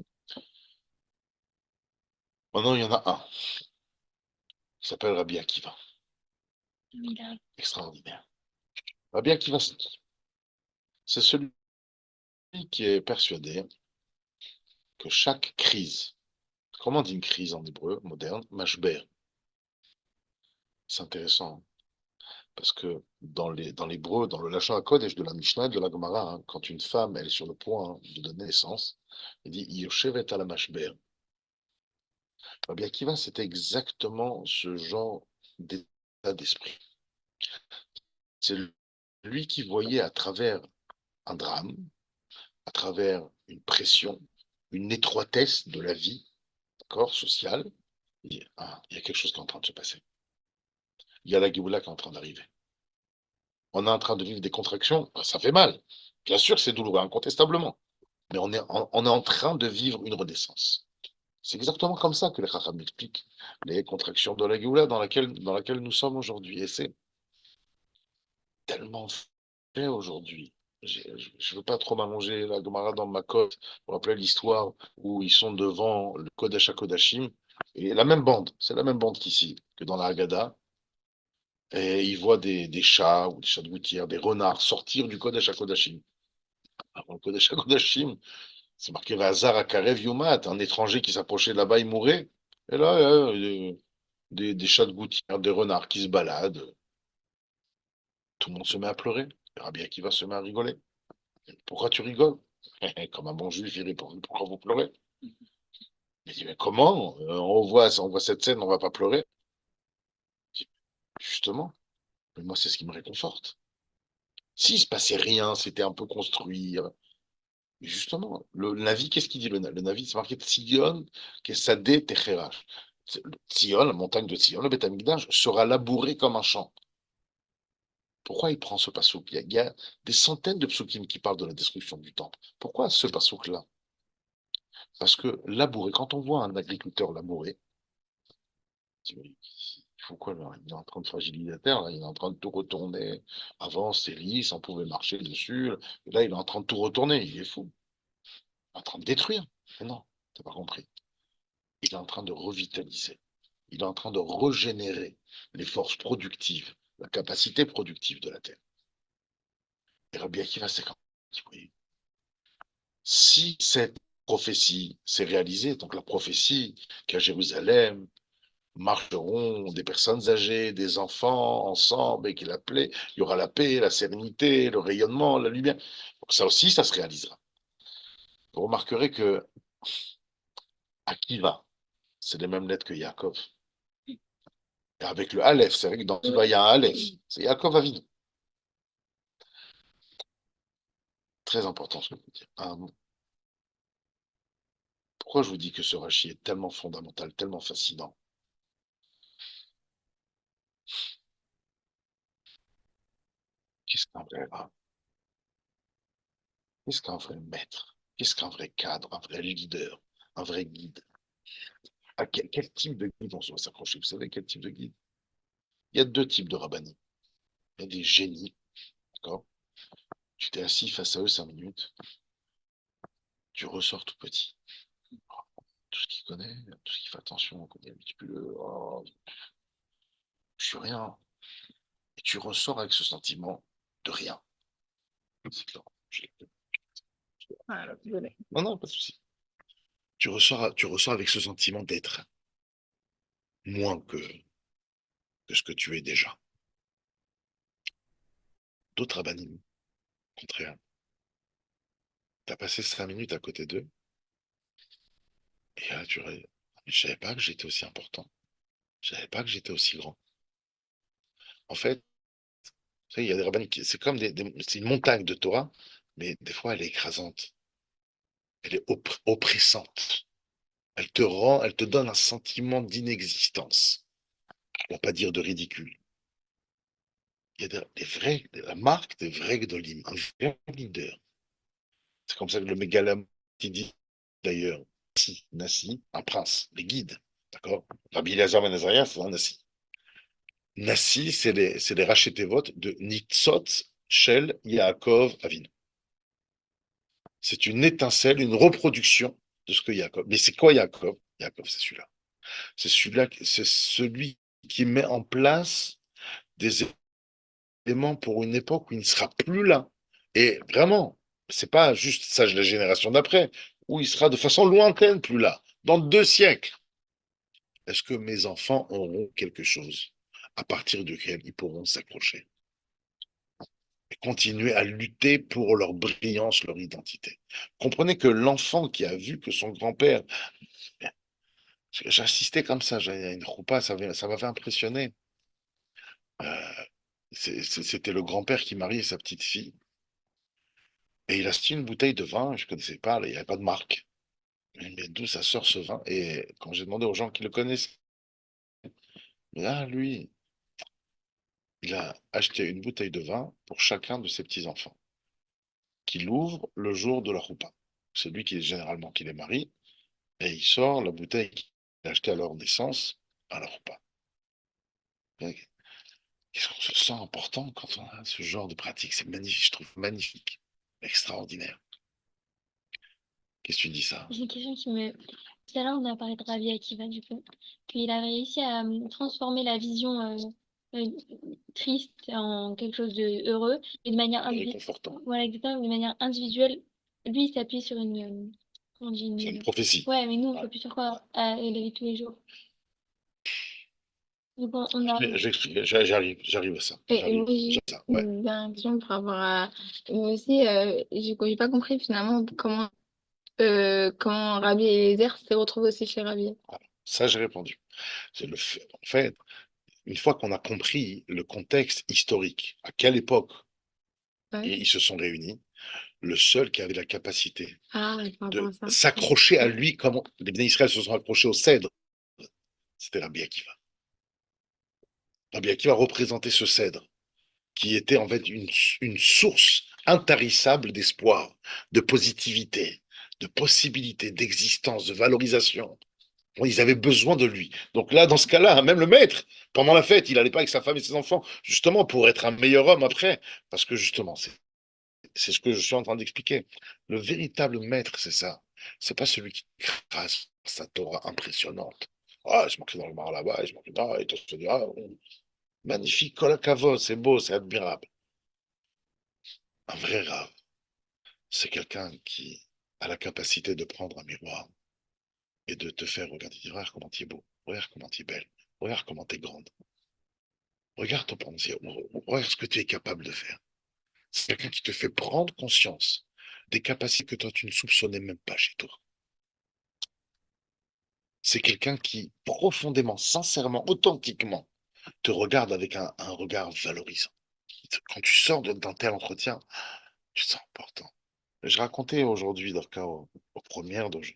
Maintenant, il y en a un. Il s'appelle Rabbi Akiva. Extraordinaire. Rabbi Akiva, c'est celui qui est persuadé que chaque crise, comment on dit une crise en hébreu moderne? Mashber. C'est intéressant. Parce que dans l'hébreu, dans le Lachon HaKodesh de la Mishnah et de la Gemara, hein, quand une femme elle est sur le point de donner naissance, il dit Yoshevet à la Mashber. Rabbi Akiva, c'était exactement ce genre d'état d'esprit. C'est lui qui voyait à travers un drame, à travers une pression, une étroitesse de la vie, d'accord, sociale, Il dit, ah, il y a quelque chose qui est en train de se passer. Il y a la Géoula qui est en train d'arriver. On est en train de vivre des contractions, ça fait mal. Bien sûr, c'est douloureux, incontestablement. Mais on est en train de vivre une renaissance. C'est exactement comme ça que les Chacham m'expliquent les contractions de la Géoula dans laquelle nous sommes aujourd'hui. Et c'est tellement fait aujourd'hui. Je ne veux pas trop m'allonger la Gemara dans ma côte pour rappeler l'histoire où ils sont devant le Kodesh HaKodashim. Et la même bande, c'est la même bande qu'ici, que dans la Haggadah. Et ils voient des chats ou des chats de gouttière, des renards sortir du Kodesh HaKodashim. Alors, le Kodesh HaKodashim, c'est marqué Vazar Akarev Yumat, un étranger qui s'approchait de là-bas, il mourait. Et là, des chats de gouttière, des renards qui se baladent. Tout le monde se met à pleurer. Le Rabbi Akiva se met à rigoler. Pourquoi tu rigoles? Comme un bon juif, il répond, pourquoi vous pleurez? Il dit, mais comment? On voit cette scène, on va pas pleurer. Je dis, justement, mais moi, c'est ce qui me réconforte. S'il se passait rien, c'était un peu construire. Mais justement, le Navi, qu'est-ce qu'il dit le Navi? C'est marqué Tzion, Kesadeh Techerach. Tzion, la montagne de Tzion, le Beth Amikdash, sera labouré comme un champ. Pourquoi il prend ce passouk? Il y a des centaines de psukim qui parlent de la destruction du temple. Pourquoi ce passouk-là? Parce que labourer, quand on voit un agriculteur labourer, il faut quoi là? Il est en train de fragiliser la terre, là, il est en train de tout retourner. Avant, c'est lisse, on pouvait marcher dessus. Et là, il est en train de tout retourner, il est fou. Il est en train de détruire. Mais non, t'as pas compris. Il est en train de revitaliser. Il est en train de régénérer les forces productives, la capacité productive de la terre. Et Rabbi Akiva, c'est quand même. Si cette prophétie s'est réalisée, donc la prophétie qu'à Jérusalem marcheront des personnes âgées, des enfants ensemble, et qu'il appelait, il y aura la paix, la sérénité, le rayonnement, la lumière. Donc ça aussi, ça se réalisera. Vous remarquerez que Akiva, c'est les mêmes lettres que Yaakov. Et avec le Aleph, c'est vrai que dans Akiva, il y a un Aleph. C'est Yaakov Avinu. Très important ce que je veux dire. Pourquoi je vous dis que ce Rashi est tellement fondamental, tellement fascinant? Qu'est-ce qu'un vrai rab? Qu'est-ce qu'un vrai maître? Qu'est-ce qu'un vrai cadre, un vrai leader, un vrai guide? À quel type de guide on doit s'accrocher? Vous savez quel type de guide? Il y a deux types de rabbinim. Il y a des génies, d'accord? Tu t'es assis face à eux 5 minutes, tu ressors tout petit. Tout ce qu'il connaît, tout ce qu'il fait attention, on connaît un petit peu je suis rien. Et tu ressors avec ce sentiment de rien. C'est clair. Ah, là, désolé. Non, non, pas de souci. Tu ressors avec ce sentiment d'être moins que ce que tu es déjà. D'autres rabbinim, au contraire. Tu as passé 5 minutes à côté d'eux, et là, je savais pas que j'étais aussi important. Je savais pas que j'étais aussi grand. En fait, vous savez, il y a des rabbinim c'est comme c'est une montagne de Torah, mais des fois, elle est écrasante. Elle est oppressante. Elle te donne un sentiment d'inexistence. Pour pas dire de ridicule. Il y a la marque des vrais Gdolim, un vrai leader. C'est comme ça que le Mégalam qui dit, d'ailleurs, Nassi, un prince, les guides, d'accord? Rabbi Elazar Ben Azariah, c'est un Nassi. Nassi, c'est les Rachetevot de Nitzot Shel Yaakov Avinu. C'est une étincelle, une reproduction de ce que Yaakov. Mais c'est quoi Yaakov? Yaakov, c'est celui-là. C'est celui qui met en place des éléments pour une époque où il ne sera plus là. Et vraiment, c'est pas juste ça, la génération d'après, où il sera de façon lointaine plus là, dans 2 siècles. Est-ce que mes enfants auront quelque chose à partir duquel ils pourront s'accrocher et continuer à lutter pour leur brillance, leur identité? Comprenez que l'enfant qui a vu que son grand-père, j'assistais comme ça, j'avais une roupa, ça m'avait impressionné. C'était le grand-père qui mariait sa petite fille. Et il a acheté une bouteille de vin, je ne connaissais pas, il n'y avait pas de marque. Mais d'où ça sort ce vin? Et quand j'ai demandé aux gens qui le connaissent, Mais là, lui, il a acheté une bouteille de vin pour chacun de ses petits-enfants, qu'il ouvre le jour de la roupa. C'est lui qui est généralement qui les marie, et il sort la bouteille qu'il a achetée à leur naissance à la roupa. Qu'est-ce qu'on se sent important quand on a ce genre de pratique? C'est magnifique, je trouve magnifique, extraordinaire. Qu'est-ce que tu dis ça? J'ai une question qui me... Tout à l'heure, on a parlé de Rabbi Akiva, du coup, qu'il avait réussi à transformer la vision euh, triste en quelque chose de heureux, et de manière Réconfortant. voilà, exactement, de manière individuelle. Lui, il s'appuie sur comment on dit, C'est une prophétie. Ouais, mais nous, on Ouais. s'appuie sur quoi? À la vie de tous les jours. Donc, on a... J'explique, j'arrive à ça. Et moi, J'arrive j'ai à ça, ouais. une dernière question par rapport à... Moi aussi, j'ai pas compris finalement comment Rabbi Eliezer s'est retrouvé aussi chez Rabbi. Voilà. Ça, j'ai répondu. En fait, une fois qu'on a compris le contexte historique, à quelle époque Ouais. ils se sont réunis, le seul qui avait la capacité Ah, par rapport à de ça. s'accrocher à lui, comme les Béné Israël se sont accrochés au cèdre, c'était Rabbi Akiva. Rabbi Akiva représentait ce cèdre, qui était en fait une source intarissable d'espoir, de positivité, de possibilité, d'existence, de valorisation. Bon, ils avaient besoin de lui. Donc là, dans ce cas-là, même le maître, pendant la fête, il n'allait pas avec sa femme et ses enfants, justement pour être un meilleur homme après. Parce que justement, c'est ce que je suis en train d'expliquer. Le véritable maître, c'est ça. C'est pas celui qui crasse sa Torah impressionnante. Ah, je manquais dans le mar là-bas, je manquais là, et toi, tu te dis, ah, magnifique, kol hakavod, c'est beau, c'est admirable. Un vrai rave, c'est quelqu'un qui a la capacité de prendre un miroir et de te faire regarder, dire, regarde comment tu es beau, regarde comment tu es belle, regarde comment tu es grande, regarde ton potentiel, regarde ce que tu es capable de faire. C'est quelqu'un qui te fait prendre conscience des capacités que toi tu ne soupçonnais même pas chez toi. C'est quelqu'un qui profondément, sincèrement, authentiquement te regarde avec un regard valorisant. Quand tu sors d'un tel entretien, tu te sens important. Je racontais aujourd'hui, dans le cas aux premières d'aujourd'hui,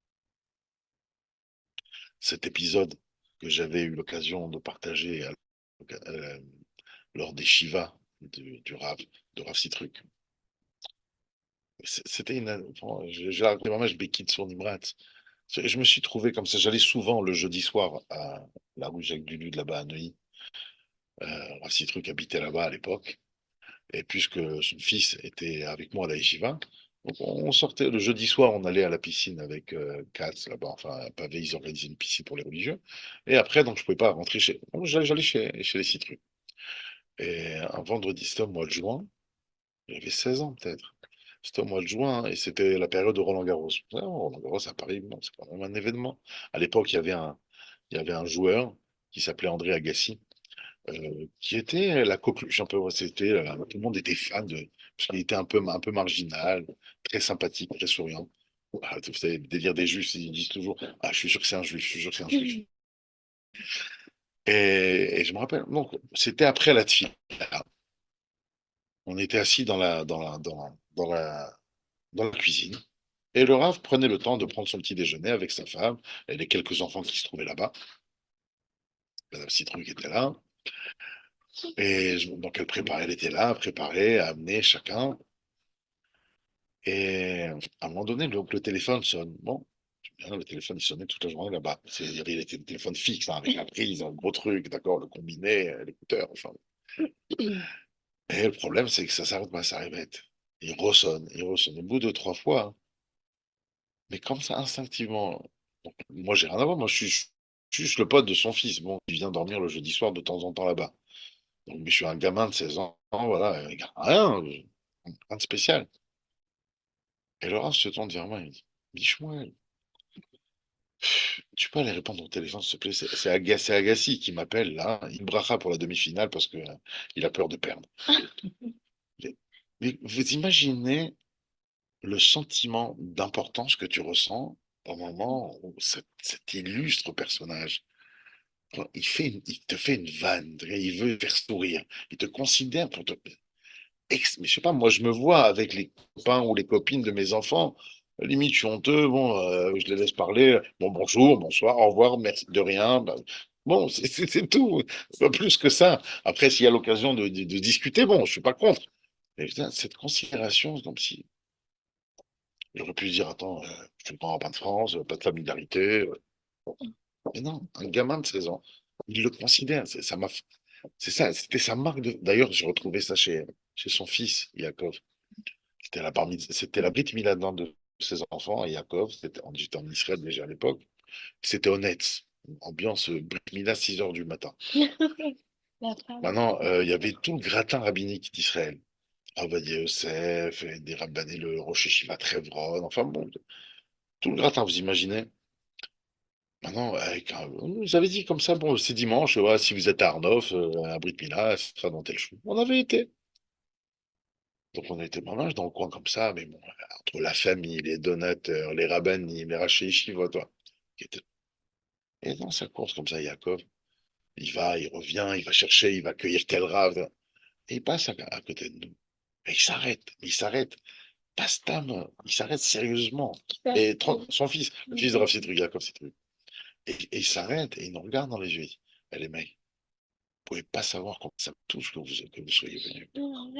cet épisode que j'avais eu l'occasion de partager euh, lors des Shivas du Rav, de Rav Citruk. C'était une. Bon, j'ai raconté vraiment, je béquille sur Nimrat. Je me suis trouvé comme ça. J'allais souvent le jeudi soir à la rue Jacques Duluth, là-bas à Neuilly. Rav Citruk habitait là-bas à l'époque. Et puisque son fils était avec moi à la Yeshiva, donc on sortait le jeudi soir, on allait à la piscine avec Katz, là-bas, enfin, à Pavé, ils organisaient une piscine pour les religieux. Et après, donc, je ne pouvais pas rentrer chez. Donc, j'allais chez les Citrus. Et un vendredi, c'était au mois de juin, j'avais 16 ans peut-être. C'était au mois de juin et c'était la période de Roland Garros. Ah, Roland Garros à Paris, bon, c'est quand même un événement. À l'époque, il y avait un joueur qui s'appelait André Agassi, qui était la coqueluche un peu. C'était, tout le monde était fan parce qu'il était un peu marginal, très sympathique, très souriant. Ah, vous savez, le délire des juifs, ils disent toujours, ah, je suis sûr que c'est un juif, je suis sûr que c'est un juif. Et je me rappelle, donc, c'était après la tefila. On était assis dans la cuisine. Et le Rav prenait le temps de prendre son petit déjeuner avec sa femme et les quelques enfants qui se trouvaient là-bas. Madame Citron qui était là. Et donc elle était là, préparée, à amener chacun. Et à un moment donné, donc, le téléphone sonne. Bon, le téléphone, il sonnait toute la journée là-bas. Il était le téléphone fixe, hein, avec la prise, un gros truc, d'accord, le combiné, l'écouteur, enfin. Et le problème, c'est que ça s'arrête pas, ça répète. Il ressonne, il ressonne. Au bout de 3 fois, hein. Mais comme ça, instinctivement, donc, moi, j'ai rien à voir. Moi, je suis juste le pote de son fils. Bon, il vient dormir le jeudi soir de temps en temps là-bas. Donc, mais je suis un gamin de 16 ans, voilà, rien, rien de spécial. Et Laurent se tourne vers moi et il dit, Bichouel, tu peux aller répondre au téléphone, s'il te plaît? C'est Agassi qui m'appelle là. Il bracha pour la demi-finale parce que il a peur de perdre. Mais vous imaginez le sentiment d'importance que tu ressens au moment où cet illustre personnage, il te fait une vanne, il veut te faire sourire, il te considère pour te. Mais je sais pas, moi je me vois avec les copains ou les copines de mes enfants, limite je suis honteux, bon, je les laisse parler, bon bonjour, bonsoir, au revoir, merci de rien, bah, Bon, c'est tout, pas plus que ça. Après, s'il y a l'occasion de discuter, bon, je suis pas contre. Mais putain, cette considération, c'est comme si j'aurais pu dire, attends, je ne prends pas de France, pas de familiarité. Mais non, un gamin de 16 ans, il le considère. C'est ça, c'était sa marque de. D'ailleurs, j'ai retrouvé ça chez son fils, Yaakov. C'était la Brit Mila d'un de ses enfants, et Yaakov, j'étais en Israël déjà à l'époque. C'était honnête. Ambiance Brit Mila, 6 heures du matin. La phrase. Maintenant, il y avait tout le gratin rabbinique d'Israël. Ovadia Yosef, et des rabbinés, le Rosh Yeshiva Trevron, enfin bon, tout le gratin, vous imaginez? Maintenant, on nous avait dit comme ça, bon, c'est dimanche, voilà, si vous êtes à Arnov, à Brit Mila, ce sera dans tel chou. On avait été. Donc on était vraiment dans le coin comme ça, mais bon, entre la famille, les donateurs, les rabbinim, les rachis yeshivot, toi, qui étaient- et dans sa course comme ça, Yaakov, il va, il revient, il va chercher, il va cueillir tel rave, et il passe à côté de nous. Et il s'arrête, pas Stam, il s'arrête sérieusement. Et son fils, le fils de Rav Citruc, Yaakov Citruc, et il s'arrête et il nous regarde dans les yeux. Il dit, eh, les mecs, vous pouvez pas savoir comment ça me touche que vous soyez venus.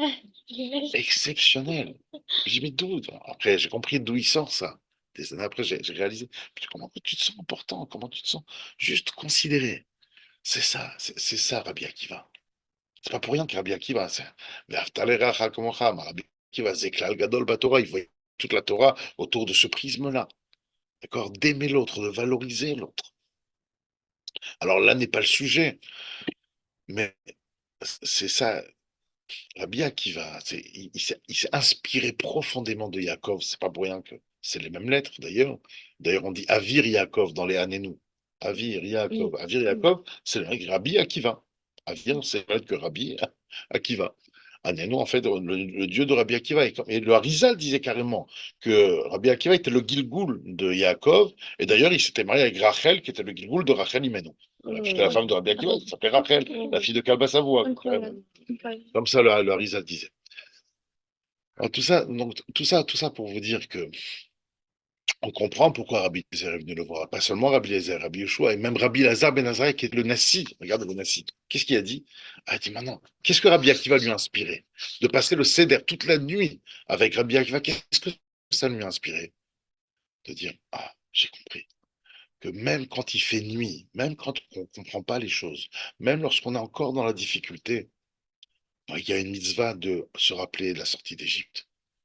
Exceptionnel. Je dis, mais d'où? Après, j'ai compris d'où il sort ça. Des années après, j'ai réalisé. Je dis, comment tu te sens important? Comment tu te sens juste considéré? C'est ça, c'est ça, Rabbi Akiva. C'est pas pour rien que Rabbi Akiva, c'est Ve'afta l'ereacha kamocha. Rabbi Akiva, c'est Klal Gadol Batorah. Il voit toute la Torah autour de ce prisme-là. D'accord? D'aimer l'autre, de valoriser l'autre. Alors là n'est pas le sujet, mais c'est ça. Rabbi Akiva, il s'est inspiré profondément de Yaakov. C'est pas pour rien que c'est les mêmes lettres d'ailleurs. D'ailleurs, on dit Avir Yaakov dans les Hanénou. Avir Yaakov. Avir Yaakov, c'est le Rabbi Akiva. Avir, c'est vrai que Rabbi Akiva. Hanénou, en fait, le dieu de Rabbi Akiva. Et le Harizal disait carrément que Rabbi Akiva était le Gilgoul de Yaakov. Et d'ailleurs, il s'était marié avec Rachel, qui était le Gilgoul de Rachel Imenu. Voilà, puisque la femme de Rabbi Akiva s'appelait Rachel, la fille de Kalba Savoie. Comme ça, le Harizal disait. Alors, tout ça pour vous dire que on comprend pourquoi Rabbi Eliezer est venu le voir. Pas seulement Rabbi Eliezer, Rabbi Yeshua, et même Rabbi Lazar ben Azariah, qui est le Nassi. Regarde le Nassi. Qu'est-ce qu'il a dit? Ah, il dit maintenant, qu'est-ce que Rabbi Akiva lui a inspiré? De passer le Seder toute la nuit avec Rabbi Akiva, qu'est-ce que ça lui a inspiré? De dire, ah, j'ai compris. Que même quand il fait nuit, même quand on ne comprend pas les choses, même lorsqu'on est encore dans la difficulté, il y a une mitzvah de se rappeler de la sortie d'Égypte.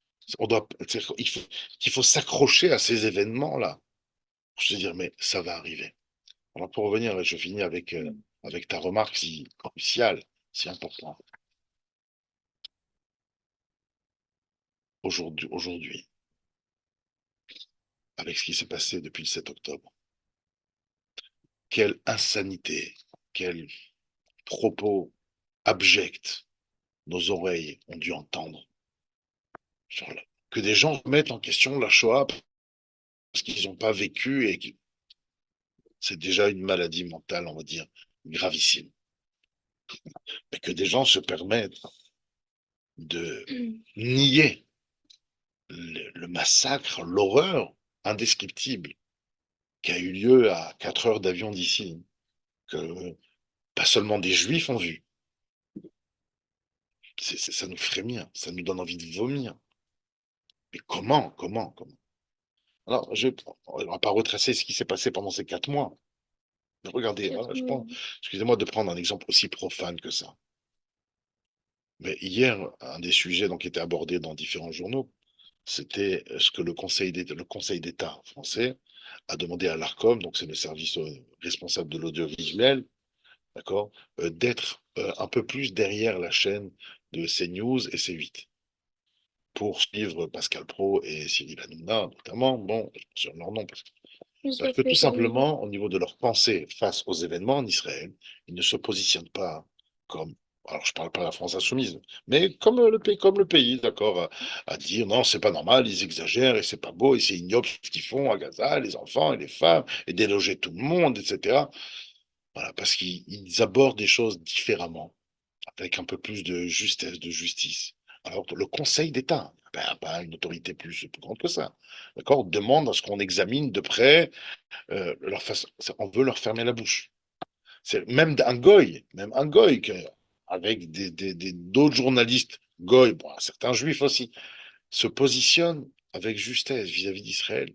Il faut s'accrocher à ces événements-là pour se dire, mais ça va arriver. Alors pour revenir, je finis avec ta remarque si cruciale, si importante. Aujourd'hui, avec ce qui s'est passé depuis le 7 octobre, quelle insanité, quels propos abjects nos oreilles ont dû entendre. Que des gens mettent en question la Shoah parce qu'ils n'ont pas vécu et c'est déjà une maladie mentale, on va dire, gravissime. Mais que des gens se permettent de nier le massacre, l'horreur indescriptible qui a eu lieu à 4 heures d'avion d'ici, que pas seulement des juifs ont vu. Ça nous frémit, ça nous donne envie de vomir. Mais comment? Alors, on ne va pas retracer ce qui s'est passé pendant ces 4 mois. Mais regardez, excusez-moi de prendre un exemple aussi profane que ça. Mais hier, un des sujets qui était abordé dans différents journaux, c'était ce que le Conseil d'État français a demandé à l'ARCOM, donc c'est le service responsable de l'audiovisuel, d'accord, d'être un peu plus derrière la chaîne de CNews et C8 pour suivre Pascal Praud et Cyril Hanouna, notamment, bon, sur leur nom, parce que tout simplement, au niveau de leur pensée face aux événements en Israël, ils ne se positionnent pas comme, alors je ne parle pas de la France insoumise, mais comme le pays, d'accord, à dire non, c'est pas normal, ils exagèrent et c'est pas beau et c'est ignoble ce qu'ils font à Gaza, les enfants et les femmes, et déloger tout le monde, etc. Voilà, parce qu'ils abordent des choses différemment, avec un peu plus de justesse, de justice. Alors, le Conseil d'État, ben, pas une autorité plus grande que ça, d'accord, demande à ce qu'on examine de près on veut leur fermer la bouche. C'est même un goy avec d'autres journalistes goy, bon, certains juifs aussi, se positionnent avec justesse vis-à-vis d'Israël.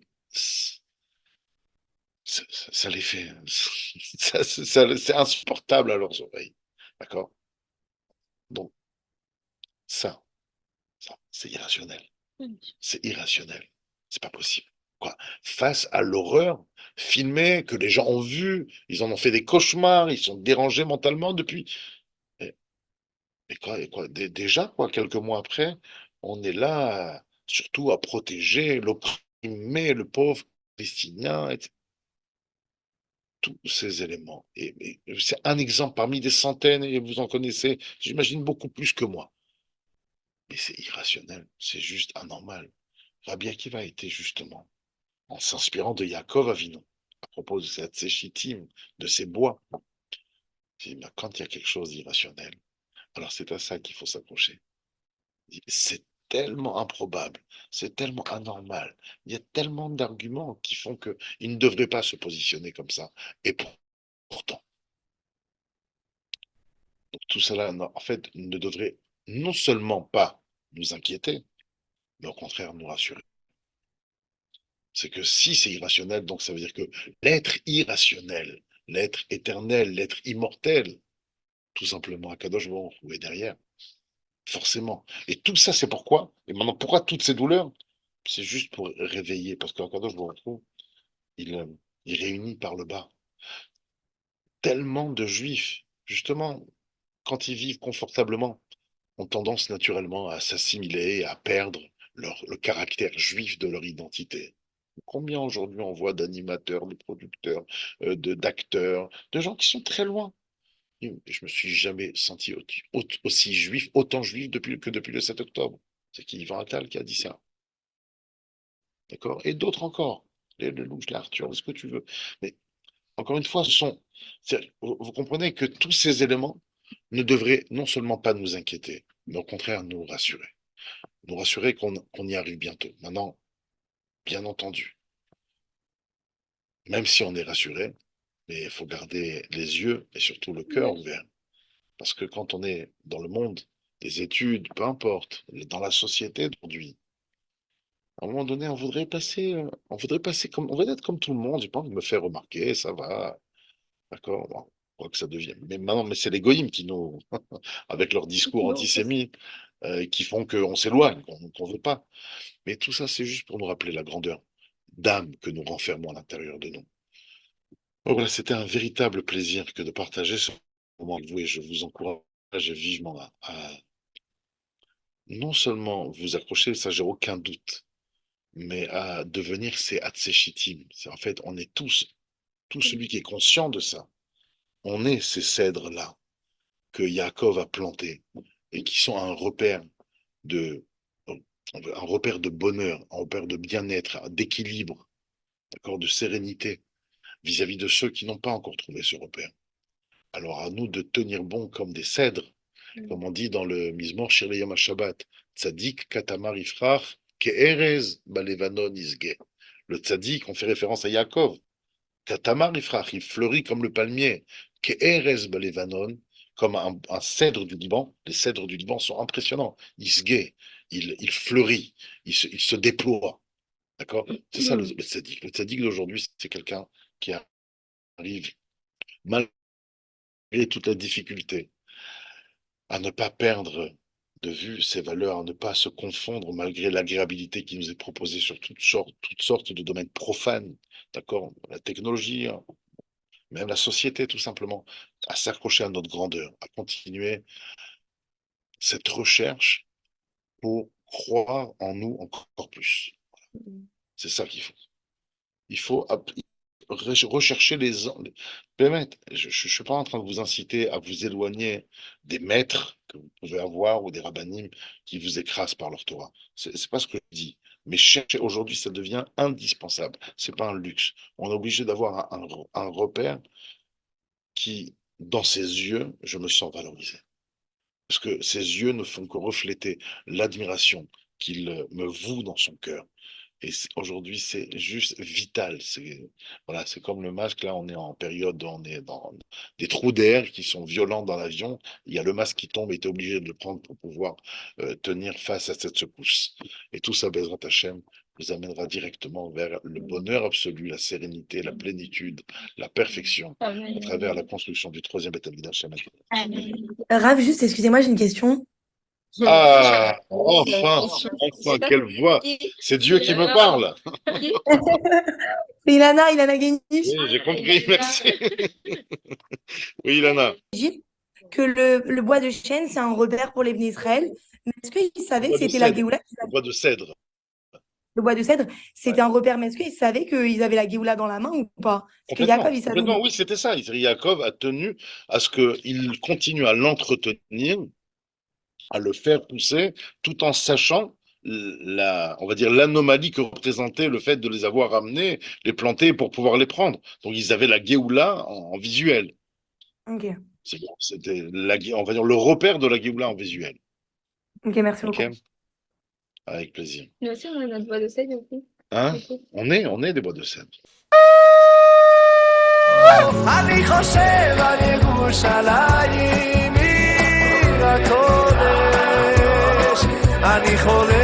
Ça les fait, c'est insupportable à leurs oreilles. D'accord? Donc, ça, c'est irrationnel. C'est irrationnel. C'est pas possible. Quoi. Face à l'horreur filmée que les gens ont vue, ils en ont fait des cauchemars, ils sont dérangés mentalement depuis. Et, déjà, quoi, quelques mois après, on est là, surtout à protéger l'opprimé, le pauvre palestinien, etc. Tous ces éléments. Et c'est un exemple parmi des centaines, et vous en connaissez, j'imagine, beaucoup plus que moi. Mais c'est irrationnel, c'est juste anormal. Rabbi Akiva était justement, en s'inspirant de Yaakov Avinu, à propos de cette séchitim, de ces bois. Il dit, mais quand il y a quelque chose d'irrationnel, alors c'est à ça qu'il faut s'accrocher. C'est tellement improbable, c'est tellement anormal. Il y a tellement d'arguments qui font qu'il ne devrait pas se positionner comme ça. Et pourtant, donc tout cela, en fait, ne devrait non seulement pas nous inquiéter, mais au contraire nous rassurer. C'est que si c'est irrationnel, donc ça veut dire que l'être irrationnel, l'être éternel, l'être immortel, tout simplement, Akadosh Baruch Hu est derrière, forcément. Et tout ça, c'est pourquoi? Et maintenant, pourquoi toutes ces douleurs? C'est juste pour réveiller, parce qu'Akadosh Baruch Hu, il réunit par le bas tellement de juifs, justement, quand ils vivent confortablement, ont tendance naturellement à s'assimiler et à perdre le caractère juif de leur identité. Combien aujourd'hui on voit d'animateurs, de producteurs, d'acteurs, de gens qui sont très loin. Et je me suis jamais senti aussi juif, autant juif depuis le 7 octobre. C'est qui Yvan Attal qui a dit ça. D'accord? Et d'autres encore. Les Lelouch, l'Arthur, ce que tu veux. Mais encore une fois, vous comprenez que tous ces éléments ne devraient non seulement pas nous inquiéter, mais au contraire nous rassurer. Nous rassurer qu'on y arrive bientôt. Maintenant, bien entendu, même si on est rassuré, mais il faut garder les yeux et surtout le cœur ouvert. Parce que quand on est dans le monde des études, peu importe, dans la société d'aujourd'hui, à un moment donné, on voudrait être comme tout le monde. J'ai pas envie de me faire remarquer, ça va, d'accord, bon, je crois que ça devient. Mais maintenant, mais c'est les goïms qui nous, avec leurs discours Non, ça, antisémites, qui font qu'on s'éloigne, qu'on veut pas. Mais tout ça, c'est juste pour nous rappeler la grandeur d'âme que nous renfermons à l'intérieur de nous. Donc voilà, c'était un véritable plaisir que de partager ce moment avec vous et je vous encourage vivement à non seulement vous accrocher, ça j'ai aucun doute, mais à devenir ces Hatséchitim. C'est en fait, on est tous, tout celui qui est conscient de ça, on est ces cèdres-là que Yaakov a plantés et qui sont de, un repère de bonheur, un repère de bien-être, d'équilibre, d'accord, de sérénité vis-à-vis de ceux qui n'ont pas encore trouvé ce repère. Alors à nous de tenir bon comme des cèdres, comme on dit dans le Mizmor Shir Yom HaShabbat, Tzadik katamar ifrach ke'erez balevanon isge. Le tzadik, on fait référence à Yaakov. Katamar ifrach, il fleurit comme le palmier. Ke'erez balevanon, comme un cèdre du Liban. Les cèdres du Liban sont impressionnants. Isge, il fleurit, il se déploie. D'accord? C'est ça le tzadik. Le tzadik d'aujourd'hui, c'est quelqu'un qui arrive malgré toute la difficulté à ne pas perdre de vue ces valeurs, à ne pas se confondre malgré l'agréabilité qui nous est proposée sur toutes sortes de domaines profanes, d'accord? La technologie, hein, même la société tout simplement, à s'accrocher à notre grandeur, à continuer cette recherche pour croire en nous encore plus. C'est ça qu'il faut. Il faut rechercher permettre. Je ne suis pas en train de vous inciter à vous éloigner des maîtres que vous pouvez avoir ou des rabbinim qui vous écrasent par leur Torah. C'est pas ce que je dis. Mais chercher aujourd'hui, ça devient indispensable. C'est pas un luxe. On est obligé d'avoir un repère qui, dans ses yeux, je me sens valorisé. Parce que ses yeux ne font que refléter l'admiration qu'il me voue dans son cœur. Et aujourd'hui, c'est juste vital. Voilà, c'est comme le masque. Là, on est en période, on est dans des trous d'air qui sont violents dans l'avion. Il y a le masque qui tombe et tu es obligé de le prendre pour pouvoir tenir face à cette secousse. Et tout ça, Bezrat Hachem, nous amènera directement vers le bonheur absolu, la sérénité, la plénitude, la perfection, à travers la construction du troisième Beth Amikdash. Rav, juste, excusez-moi, j'ai une question. Ah, enfin, quelle voix! C'est Dieu qui me parle. C'est Ilana Genish, Oui, j'ai compris, merci. Oui, Ilana. dit que le bois de chêne, c'est un repère pour les Bnei Israël. Mais est-ce qu'ils savaient que c'était la Géoula? Le bois de cèdre. Le bois de cèdre, c'était un repère, mais est-ce qu'ils savaient qu'ils avaient la Géoula dans la main ou pas? Parce que Yaakov, il savait. Complètement, oui, c'était ça. Yaakov a tenu à ce qu'il continue à l'entretenir, à le faire pousser, tout en sachant on va dire l'anomalie que représentait le fait de les avoir ramenés, les planter pour pouvoir les prendre. Donc ils avaient la Géoula en visuel. Ok. C'était on va dire le repère de la Géoula en visuel. Ok, merci beaucoup. Avec plaisir. Nous aussi, on a notre bois de cèdre aussi. Hein? On est des bois de cèdre. אני חושב על ירושלים עיר הקודש, אני חולם